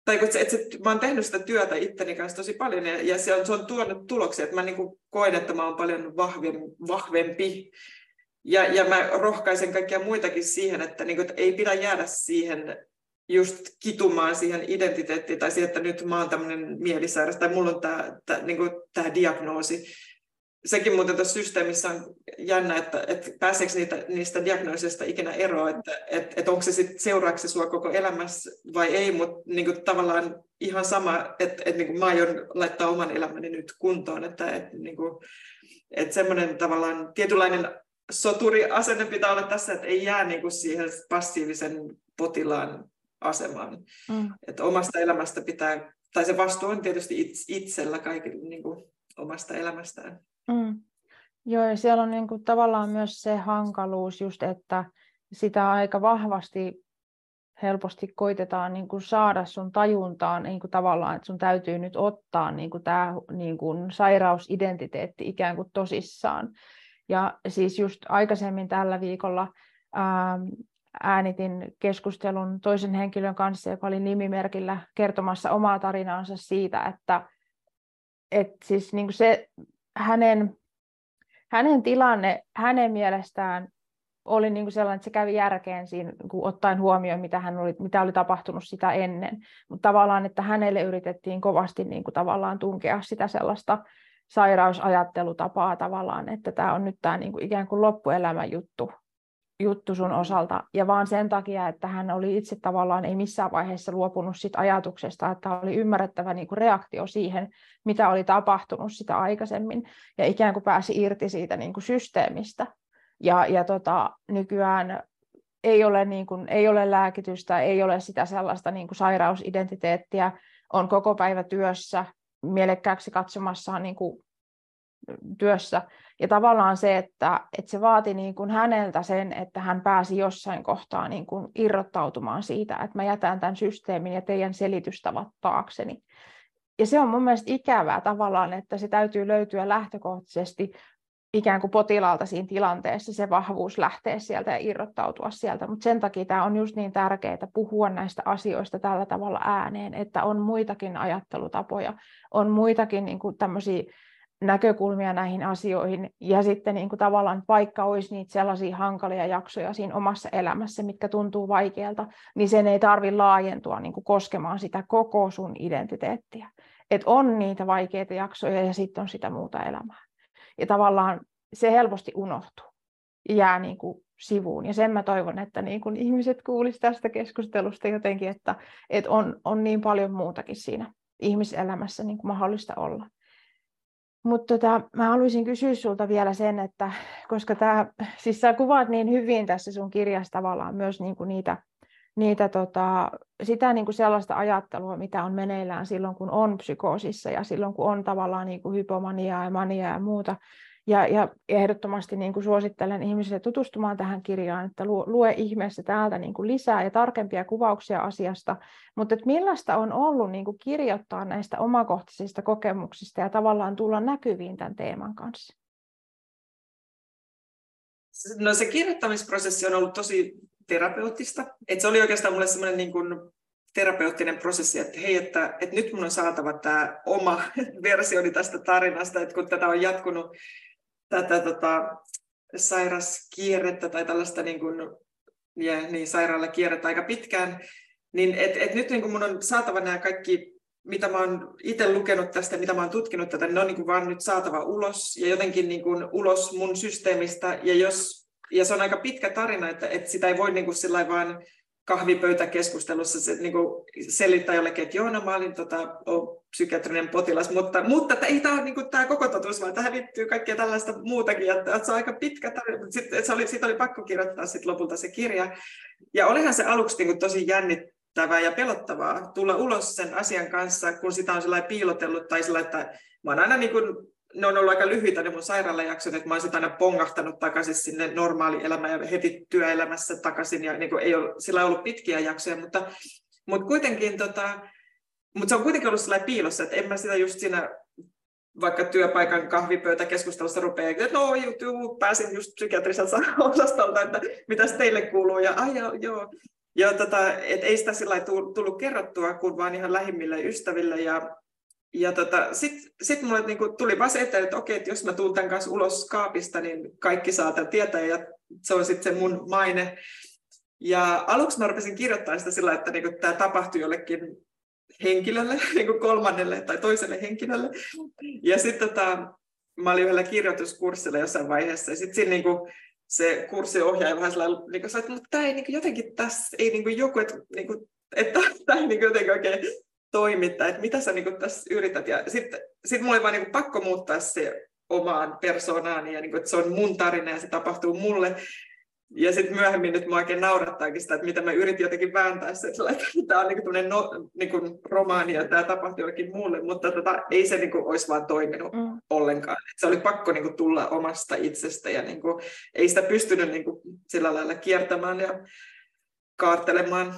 tai kun se, että se, mä oon tehnyt sitä työtä itteni kanssa tosi paljon, ja, ja se, on, se on tuonut tuloksia, että mä niin kuin koen, että mä oon paljon vahvempi, vahvempi. Ja, ja mä rohkaisen kaikkia muitakin siihen, että, niin kuin, että ei pidä jäädä siihen just kitumaan siihen identiteettiin, tai siihen, että nyt mä oon tämmöinen mielisairas, tai mulla on tämä, tämä, niin kuin, tämä diagnoosi. Sekin muuten tuossa systeemissä on jännä, että, että pääseekö niitä, niistä diagnoosista ikinä eroon, että, että, että onko se sitten seuraako se sua koko elämässä vai ei, mutta niin kuin tavallaan ihan sama, että, että niin kuin mä aion laittaa oman elämäni nyt kuntoon, että, että, niin kuin, että semmoinen tavallaan tietynlainen soturiasenne pitää olla tässä, että ei jää niin kuin siihen passiivisen potilaan asemaan, mm. että omasta elämästä pitää, tai se vastuu on tietysti itsellä kaikille niin kuin omasta elämästään. Mm. Joo, ja siellä on niin kuin tavallaan myös se hankaluus just, että sitä aika vahvasti helposti koitetaan niin kuin saada sun tajuntaan niin kuin tavallaan, että sun täytyy nyt ottaa niin kuin tämä niin kuin sairausidentiteetti ikään kuin tosissaan. Ja siis just aikaisemmin tällä viikolla ää, äänitin keskustelun toisen henkilön kanssa, joka oli nimimerkillä kertomassa omaa tarinaansa siitä, että et siis niin kuin se hänen, hänen tilanne hänen mielestään oli niin kuin sellainen, että se kävi järkeen siinä, kun ottaen huomioon, mitä, hän oli, mitä oli tapahtunut sitä ennen. Mutta tavallaan, että hänelle yritettiin kovasti niin kuin tavallaan tunkea sitä sellaista sairausajattelutapaa tavallaan, että tämä on nyt tämä niin kuin ikään kuin loppuelämän juttu, juttu sun osalta. Ja vaan sen takia, että hän oli itse tavallaan ei missään vaiheessa luopunut siitä ajatuksesta, että oli ymmärrettävä niin kuin reaktio siihen, mitä oli tapahtunut sitä aikaisemmin. Ja ikään kuin pääsi irti siitä niin kuin systeemistä. Ja, ja tota, nykyään ei ole, niin kuin, ei ole lääkitystä, ei ole sitä sellaista niin kuin sairausidentiteettiä, on koko päivä työssä, mielekkääksi katsomassaan niin kuin työssä. Ja tavallaan se, että, että se vaati niin kuin häneltä sen, että hän pääsi jossain kohtaa niin kuin irrottautumaan siitä, että mä jätän tämän systeemin ja teidän selitystavat taakseni. Ja se on mun mielestä ikävää tavallaan, että se täytyy löytyä lähtökohtaisesti ikään kuin potilaalta siinä tilanteessa se vahvuus lähtee sieltä ja irrottautua sieltä. Mutta sen takia tämä on just niin tärkeää puhua näistä asioista tällä tavalla ääneen, että on muitakin ajattelutapoja, on muitakin niin kuin tämmöisiä näkökulmia näihin asioihin. Ja sitten niin kuin tavallaan vaikka olisi niitä sellaisia hankalia jaksoja siinä omassa elämässä, mitkä tuntuu vaikealta, niin sen ei tarvitse laajentua niin kuin koskemaan sitä koko sun identiteettiä. Että on niitä vaikeita jaksoja ja sitten on sitä muuta elämää. Ja tavallaan se helposti unohtuu ja jää niin kuin sivuun. Ja sen mä toivon, että niin kuin ihmiset kuulisivat tästä keskustelusta jotenkin, että, että on, on niin paljon muutakin siinä ihmiselämässä niin kuin mahdollista olla. Mutta tota, mä haluaisin kysyä sulta vielä sen, että koska tää, siis sä kuvaat niin hyvin tässä sun kirjassa tavallaan myös niin kuin niitä, niitä tota, sitä niin kuin sellaista ajattelua, mitä on meneillään silloin, kun on psykoosissa ja silloin, kun on tavallaan niin kuin hypomaniaa ja maniaa ja muuta. Ja, ja ehdottomasti niin kuin suosittelen ihmisille tutustumaan tähän kirjaan, että lue ihmeessä täältä niin kuin lisää ja tarkempia kuvauksia asiasta. Mutta että millaista on ollut niin kuin kirjoittaa näistä omakohtaisista kokemuksista ja tavallaan tulla näkyviin tämän teeman kanssa? No se kirjoittamisprosessi on ollut tosi terapeuttista. Et se oli oikeastaan mulle semmoinen niin kuin terapeuttinen prosessi, että hei, että, että nyt mun on saatava tämä oma versioni tästä tarinasta, että kun tätä on jatkunut tätä tota, sairaskierrettä tai tällaista niin kuin, ja, niin, sairaalakierrettä aika pitkään, niin et, et nyt niin kuin mun on saatava nämä kaikki, mitä mä oon itse lukenut tästä, mitä mä oon tutkinut tätä, niin ne on niin kuin vaan nyt saatava ulos ja jotenkin niin kuin ulos mun systeemistä. Ja, jos, ja se on aika pitkä tarina, että, että sitä ei voi niin kuin sillä vaan kahvipöytäkeskustelussa se, niin kuin selittää jollekin, että joo, no mä olin tota, psykiatrinen potilas, mutta, mutta ei tämä ole niin kuin, tämä koko totuus, vaan tähän liittyy kaikkea tällaista muutakin, että, että se on aika pitkä tarina. Sitten se oli, siitä oli pakko kirjoittaa sit lopulta se kirja. Ja olihan se aluksi niin kuin, tosi jännittävää ja pelottavaa tulla ulos sen asian kanssa, kun sitä on sellainen piilotellut, tai sellainen, että mä oon aina niin kuin, ne on ollut aika lyhyitä ne mun sairaalajaksot, että mä oon aina pongahtanut takaisin sinne normaalielämään ja heti työelämässä takaisin, ja niin kuin ei ole sillä ollut pitkiä jaksoja, mutta, mutta kuitenkin tota, mutta se on kuitenkin ollut sellainen piilossa, että en mä sitä just siinä vaikka työpaikan kahvipöytäkeskustelussa rupeaa, että no juu, pääsin just psykiatriselta osastolta, että mitäs teille kuuluu, ja ai joo, joo. Joo, tota, et ei sitä sillä lailla tullut kerrottua, kun vaan ihan lähimmille ystäville. Ja, ja tota, sitten sit mulle niinku tuli vaan se eteen, että okei, että jos mä tuun tämän kanssa ulos kaapista, niin kaikki saa tämän tietää ja se on sitten se mun maine. Ja aluksi mä rupesin kirjoittamaan sitä sillä, että niinku tämä tapahtui jollekin henkilölle, niinku kolmannelle tai toiselle henkilölle. Ja sitten tota, mä olin yhdellä kirjoituskurssilla jossain vaiheessa, ja sitten siinä niinku se kurssiohjaaja vähän sellainen, niinku, että mutta tämä ei niinku, jotenkin tässä, ei niinku, joku, että niinku, että tämä ei niinku, jotenkin oikein toimittaa, että mitä sä niinku, tässä yrität. Ja sitten sit mulla oli vaan niinku, pakko muuttaa se omaan persoonaani, ja niinku, että se on mun tarina ja se tapahtuu mulle. Ja sitten myöhemmin nyt mä oikein naurattaakin sitä, että mitä mä yritin jotenkin vääntää se, että tämä on niinku no, niinku romaani ja tämä tapahtui jollekin muulle, mutta tota, ei se niinku olisi vaan toiminut mm. ollenkaan. Et se oli pakko niinku tulla omasta itsestä ja niinku, ei sitä pystynyt niinku sillä lailla kiertämään ja kaartelemaan.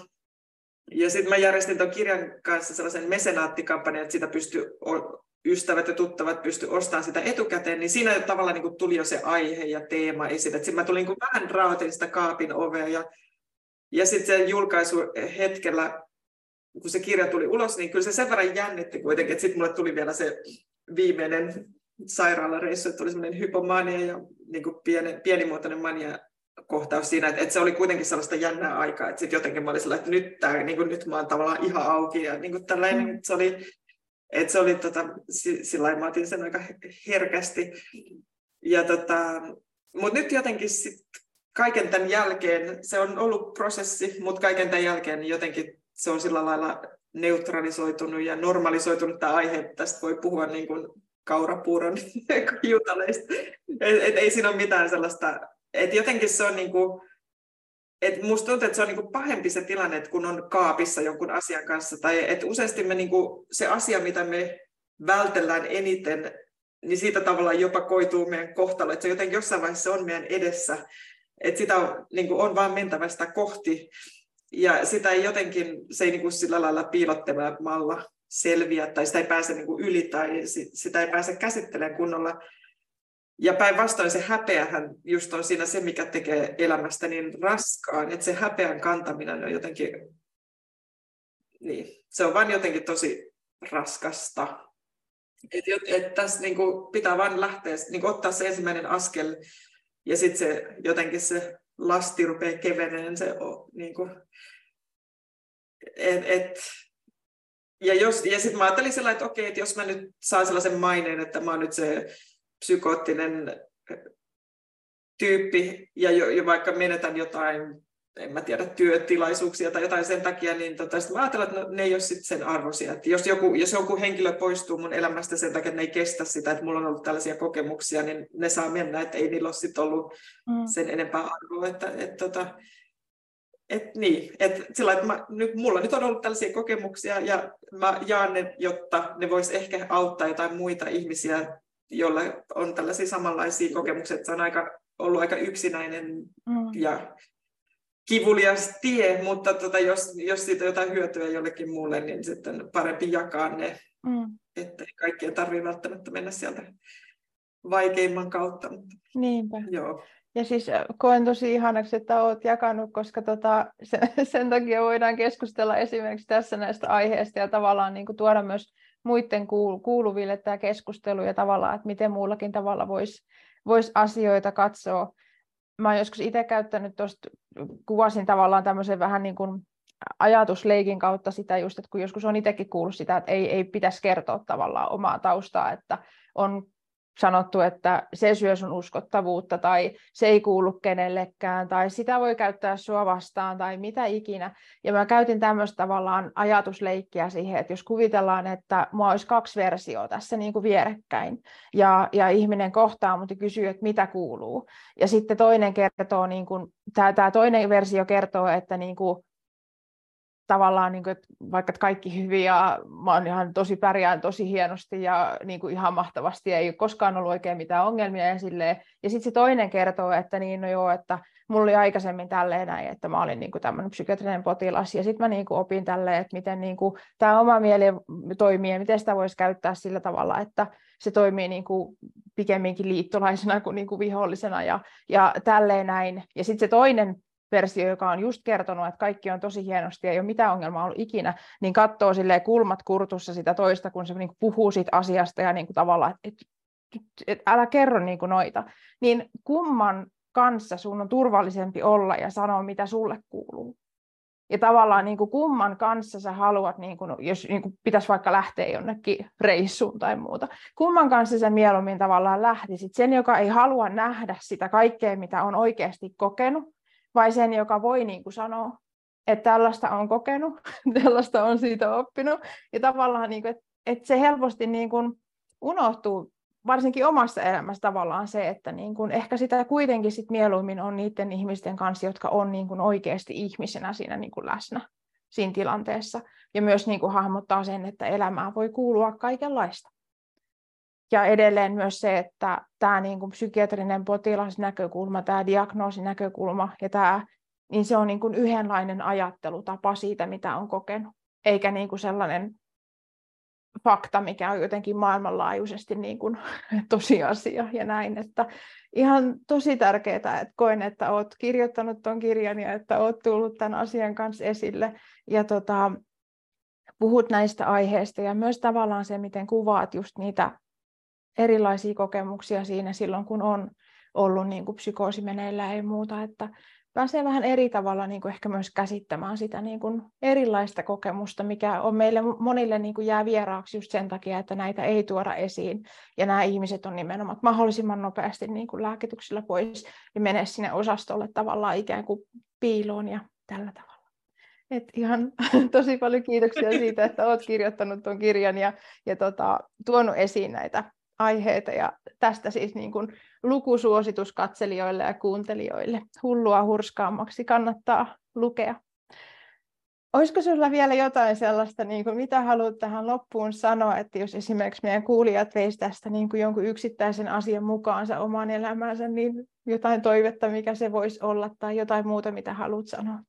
Ja sitten mä järjestin tuon kirjan kanssa sellaisen mesenaattikampanjan, että sitä pystyi ystävät ja tuttavat pysty ostamaan sitä etukäteen, niin siinä tavallaan niin kuin tuli jo se aihe ja teema esille. Sitten mä tulin niin kuin vähän raotin sitä kaapin ovea ja, ja sitten sen julkaisuhetkellä, kun se kirja tuli ulos, niin kyllä se sen verran jännitti kuitenkin, että sitten mulle tuli vielä se viimeinen sairaalareissu, että tuli semmoinen hypomania ja niin kuin pieni, pienimuotoinen mania kohtaus siinä, että, että se oli kuitenkin sellaista jännää aikaa, että sitten jotenkin mä olin sellainen, että nyt, tää, niin kuin, nyt mä oon tavallaan ihan auki ja niin kuin tällainen, mm. se oli Että se oli, tota, sillä lailla mä otin sen aika herkästi. Ja tota, mutta nyt jotenkin sit kaiken tämän jälkeen, se on ollut prosessi, mutta kaiken tämän jälkeen niin jotenkin se on sillä lailla neutralisoitunut ja normalisoitunut tämä aihe, että tästä voi puhua niin kuin kaurapuuron hiutaleista. Et, et ei siinä ole mitään sellaista, että jotenkin se on niin kuin, et musta tuntuu, että se on niinku pahempi se tilanne, että kun on kaapissa jonkun asian kanssa. Tai että useasti me niinku, se asia, mitä me vältellään eniten, niin siitä tavallaan jopa koituu meidän kohtalo. Että se jotenkin jossain vaiheessa on meidän edessä. Että sitä on, niinku, on vaan mentävä sitä kohti. Ja sitä ei jotenkin, se ei niinku sillä lailla piilottelemalla selviä. Tai sitä ei pääse niinku yli tai sitä ei pääse käsittelemään kunnolla. Ja päinvastoin se häpeähän just on siinä se, mikä tekee elämästä niin raskaan, että se häpeän kantaminen on jotenkin, niin, se on vain jotenkin tosi raskasta. Että et tässä niinku pitää vain lähteä, niinku ottaa se ensimmäinen askel ja sitten se jotenkin se lasti rupeaa keveneen. Se, niinku, et, et, ja jos, ja sitten mä ajattelin sellainen, että okei, että jos mä nyt saan sellaisen maineen, että mä oon nyt se psykoottinen tyyppi ja jo, jo vaikka menetän jotain, en mä tiedä, työtilaisuuksia tai jotain sen takia, niin tota, mä ajattelen, että no, ne ei ole sit sen arvoisia. Että jos, joku, jos joku henkilö poistuu mun elämästä sen takia, että ne ei kestä sitä, että mulla on ollut tällaisia kokemuksia, niin ne saa mennä, että ei niillä ole sit ollut mm. sen enempää arvoa. Että, et, tota, et, niin, et, sillä, että mä, nyt, mulla nyt on ollut tällaisia kokemuksia ja mä jaan ne, jotta ne vois ehkä auttaa jotain muita ihmisiä, jolla on tällaisia samanlaisia kokemuksia, että se on aika, ollut aika yksinäinen mm. ja kivulias tie, mutta tota, jos, jos siitä on jotain hyötyä jollekin muulle, niin sitten parempi jakaa ne, mm. että kaikkien tarvitse välttämättä mennä sieltä vaikeimman kautta. Niinpä. Joo. Ja siis koen tosi ihanaksi, että olet jakanut, koska tota, sen, sen takia voidaan keskustella esimerkiksi tässä näistä aiheista ja tavallaan niin kuin tuoda myös muiden kuuluville tämä keskustelu ja tavallaan, että miten muullakin tavalla voisi vois asioita katsoa. Mä oon joskus itse käyttänyt tuosta, kuvasin tavallaan tämmöisen vähän niin kuin ajatusleikin kautta sitä just, että kun joskus on itsekin kuullut sitä, että ei, ei pitäisi kertoa tavallaan omaa taustaa, että on sanottu, että se syö sun uskottavuutta tai se ei kuulu kenellekään tai sitä voi käyttää sua vastaan tai mitä ikinä. Ja mä käytin tämmöistä tavallaan ajatusleikkiä siihen, että jos kuvitellaan, että mulla olisi kaksi versioa tässä niin kuin vierekkäin ja, ja ihminen kohtaa mut ja kysyy, että mitä kuuluu. Ja sitten toinen kertoo, niin kuin, tämä, tämä toinen versio kertoo, että niin kuin, tavallaan, niin kuin, että vaikka kaikki hyvin ja mä oon ihan tosi pärjään tosi hienosti ja niin kuin ihan mahtavasti, ei ole koskaan ollut oikein mitään ongelmia ja silleen. Ja sitten se toinen kertoo, että niin, no joo, että mulla oli aikaisemmin tälleen näin, että mä olin niin kuin tämmöinen psykiatrinen potilas ja sitten mä niin kuin opin tälleen, että miten niin kuin tämä oma mieli toimii ja miten sitä voisi käyttää sillä tavalla, että se toimii niin kuin pikemminkin liittolaisena kuin, niin kuin vihollisena ja, ja tälleen näin. Ja sitten se toinen versio, joka on just kertonut, että kaikki on tosi hienosti ja ei ole mitään ongelmaa ollut ikinä, niin katsoo silleen kulmat kurtussa sitä toista, kun se niin kuin puhuu siitä asiasta ja niin kuin tavallaan, että et, et, älä kerro niin kuin noita. Niin kumman kanssa sun on turvallisempi olla ja sanoa, mitä sulle kuuluu. Ja tavallaan niin kuin kumman kanssa sä haluat, niin kuin, jos niin kuin pitäisi vaikka lähteä jonnekin reissuun tai muuta, kumman kanssa sä mieluummin tavallaan lähtisit? Sen, joka ei halua nähdä sitä kaikkea, mitä on oikeasti kokenut, vai sen, joka voi niin kuin sanoa, että tällaista on kokenut, tällaista on siitä oppinut. Ja tavallaan, niin kuin, että, että se helposti niin kuin unohtuu, varsinkin omassa elämässä tavallaan se, että niin kun ehkä sitä kuitenkin sit mieluummin on niiden ihmisten kanssa, jotka on niin kun oikeasti ihmisenä siinä niin kun läsnä siinä tilanteessa. Ja myös niin kun hahmottaa sen, että elämään voi kuulua kaikenlaista. Ja edelleen myös se, että tämä niin kun psykiatrinen potilasnäkökulma, tämä diagnoosinäkökulma ja tämä, niin se on niin kun yhdenlainen ajattelutapa siitä, mitä on kokenut. Eikä niin kun sellainen fakta, mikä on jotenkin maailmanlaajuisesti niin kuin tosiasia ja näin, että ihan tosi tärkeää, että koen, että olet kirjoittanut tuon kirjan ja että olet tullut tämän asian kanssa esille ja tota, puhut näistä aiheista ja myös tavallaan se, miten kuvaat just niitä erilaisia kokemuksia siinä silloin, kun on ollut niin kuin psykoosi meneillään ja muuta, että pääsee vähän eri tavalla niin kuin ehkä myös käsittämään sitä niin kuin erilaista kokemusta, mikä on meille monille niin kuin jää vieraaksi just sen takia, että näitä ei tuoda esiin. Ja nämä ihmiset on nimenomaan mahdollisimman nopeasti niin kuin lääkityksellä pois ja menee sinne osastolle tavallaan ikään kuin piiloon ja tällä tavalla. Et ihan tosi paljon kiitoksia siitä, että olet kirjoittanut tuon kirjan ja, ja tota, tuonut esiin näitä aiheita ja tästä siis niin kuin lukusuositus katselijoille ja kuuntelijoille. Hullua hurskaammaksi kannattaa lukea. Olisiko sinulla vielä jotain sellaista, niin kuin, mitä haluat tähän loppuun sanoa, että jos esimerkiksi meidän kuulijat veisivät tästä niin kuin jonkun yksittäisen asian mukaansa omaan elämäänsä, niin jotain toivetta, mikä se voisi olla, tai jotain muuta, mitä haluat sanoa?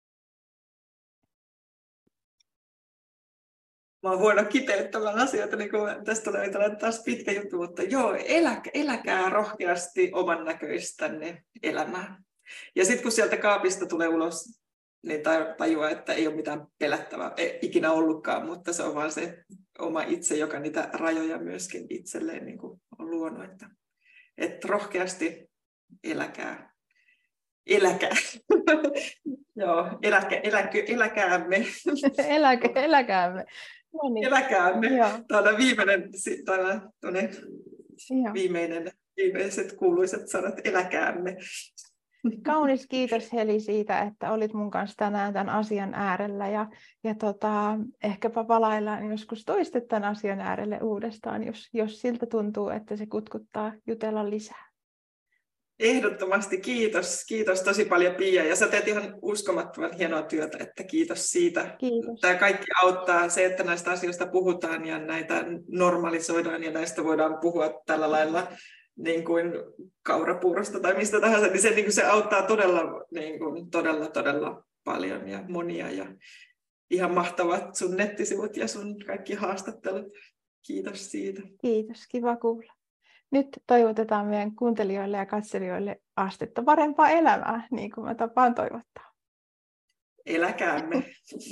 Mä oon huono kiteyttämään asioita, niin kun tästä tulee taas pitkä juttu, mutta joo, elä, eläkää rohkeasti oman näköistänne elämää. Ja sitten kun sieltä kaapista tulee ulos, niin tajuaa, että ei ole mitään pelättävää, ei ikinä ollutkaan, mutta se on vaan se oma itse, joka niitä rajoja myöskin itselleen niin kuin on luonut. Että, että rohkeasti eläkää. Eläkää. Joo, eläkä, eläkä, eläkäämme. Eläkä, eläkäämme. No niin. Eläkäämme. Tämä on viimeinen, tämä viimeinen, viimeiset kuuluiset sanat, eläkäämme. Kaunis kiitos Heli siitä, että olit mun kanssa tänään tämän asian äärellä ja, ja tota, ehkäpä palaillaan joskus toiste tämän asian äärelle uudestaan, jos, jos siltä tuntuu, että se kutkuttaa jutella lisää. Ehdottomasti kiitos. Kiitos tosi paljon Pia. Ja sä teet ihan uskomattoman hienoa työtä, että kiitos siitä. Kiitos. Tämä kaikki auttaa se, että näistä asioista puhutaan ja näitä normalisoidaan ja näistä voidaan puhua tällä lailla niin kuin kaurapuurosta tai mistä tahansa, niin se, niin kuin se auttaa todella, niin kuin, todella, todella paljon ja monia. Ja ihan mahtavat sun nettisivut ja sun kaikki haastattelut. Kiitos siitä. Kiitos, kiva kuulla. Nyt toivotetaan meidän kuuntelijoille ja katselijoille astetta parempaa elämää, niin kuin mä tapaan toivottaa. Eläkäämme.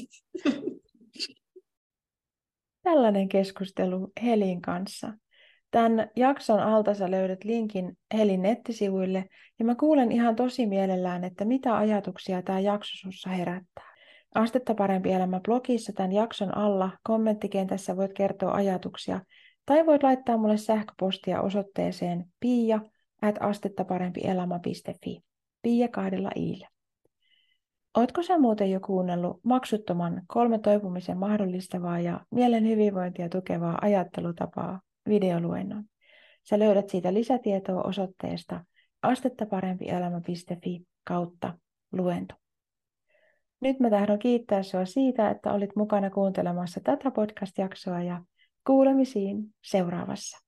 Tällainen keskustelu Helin kanssa. Tämän jakson alta sä löydät linkin Helin nettisivuille, ja mä kuulen ihan tosi mielellään, että mitä ajatuksia tämä jakso sussa herättää. Astetta parempi elämä blogissa tämän jakson alla kommenttikentässä voit kertoa ajatuksia, tai voit laittaa mulle sähköpostia osoitteeseen pia at astettaparempielämä piste fi. Pia kahdella iillä. Ootko sä muuten jo kuunnellut maksuttoman kolme toipumisen mahdollistavaa ja mielen hyvinvointia tukevaa ajattelutapaa videoluennon? Sä löydät siitä lisätietoa osoitteesta astettaparempielämä piste fi kautta luento. Nyt mä tahdon kiittää sua siitä, että olit mukana kuuntelemassa tätä podcast-jaksoa ja kuulemisiin seuraavassa.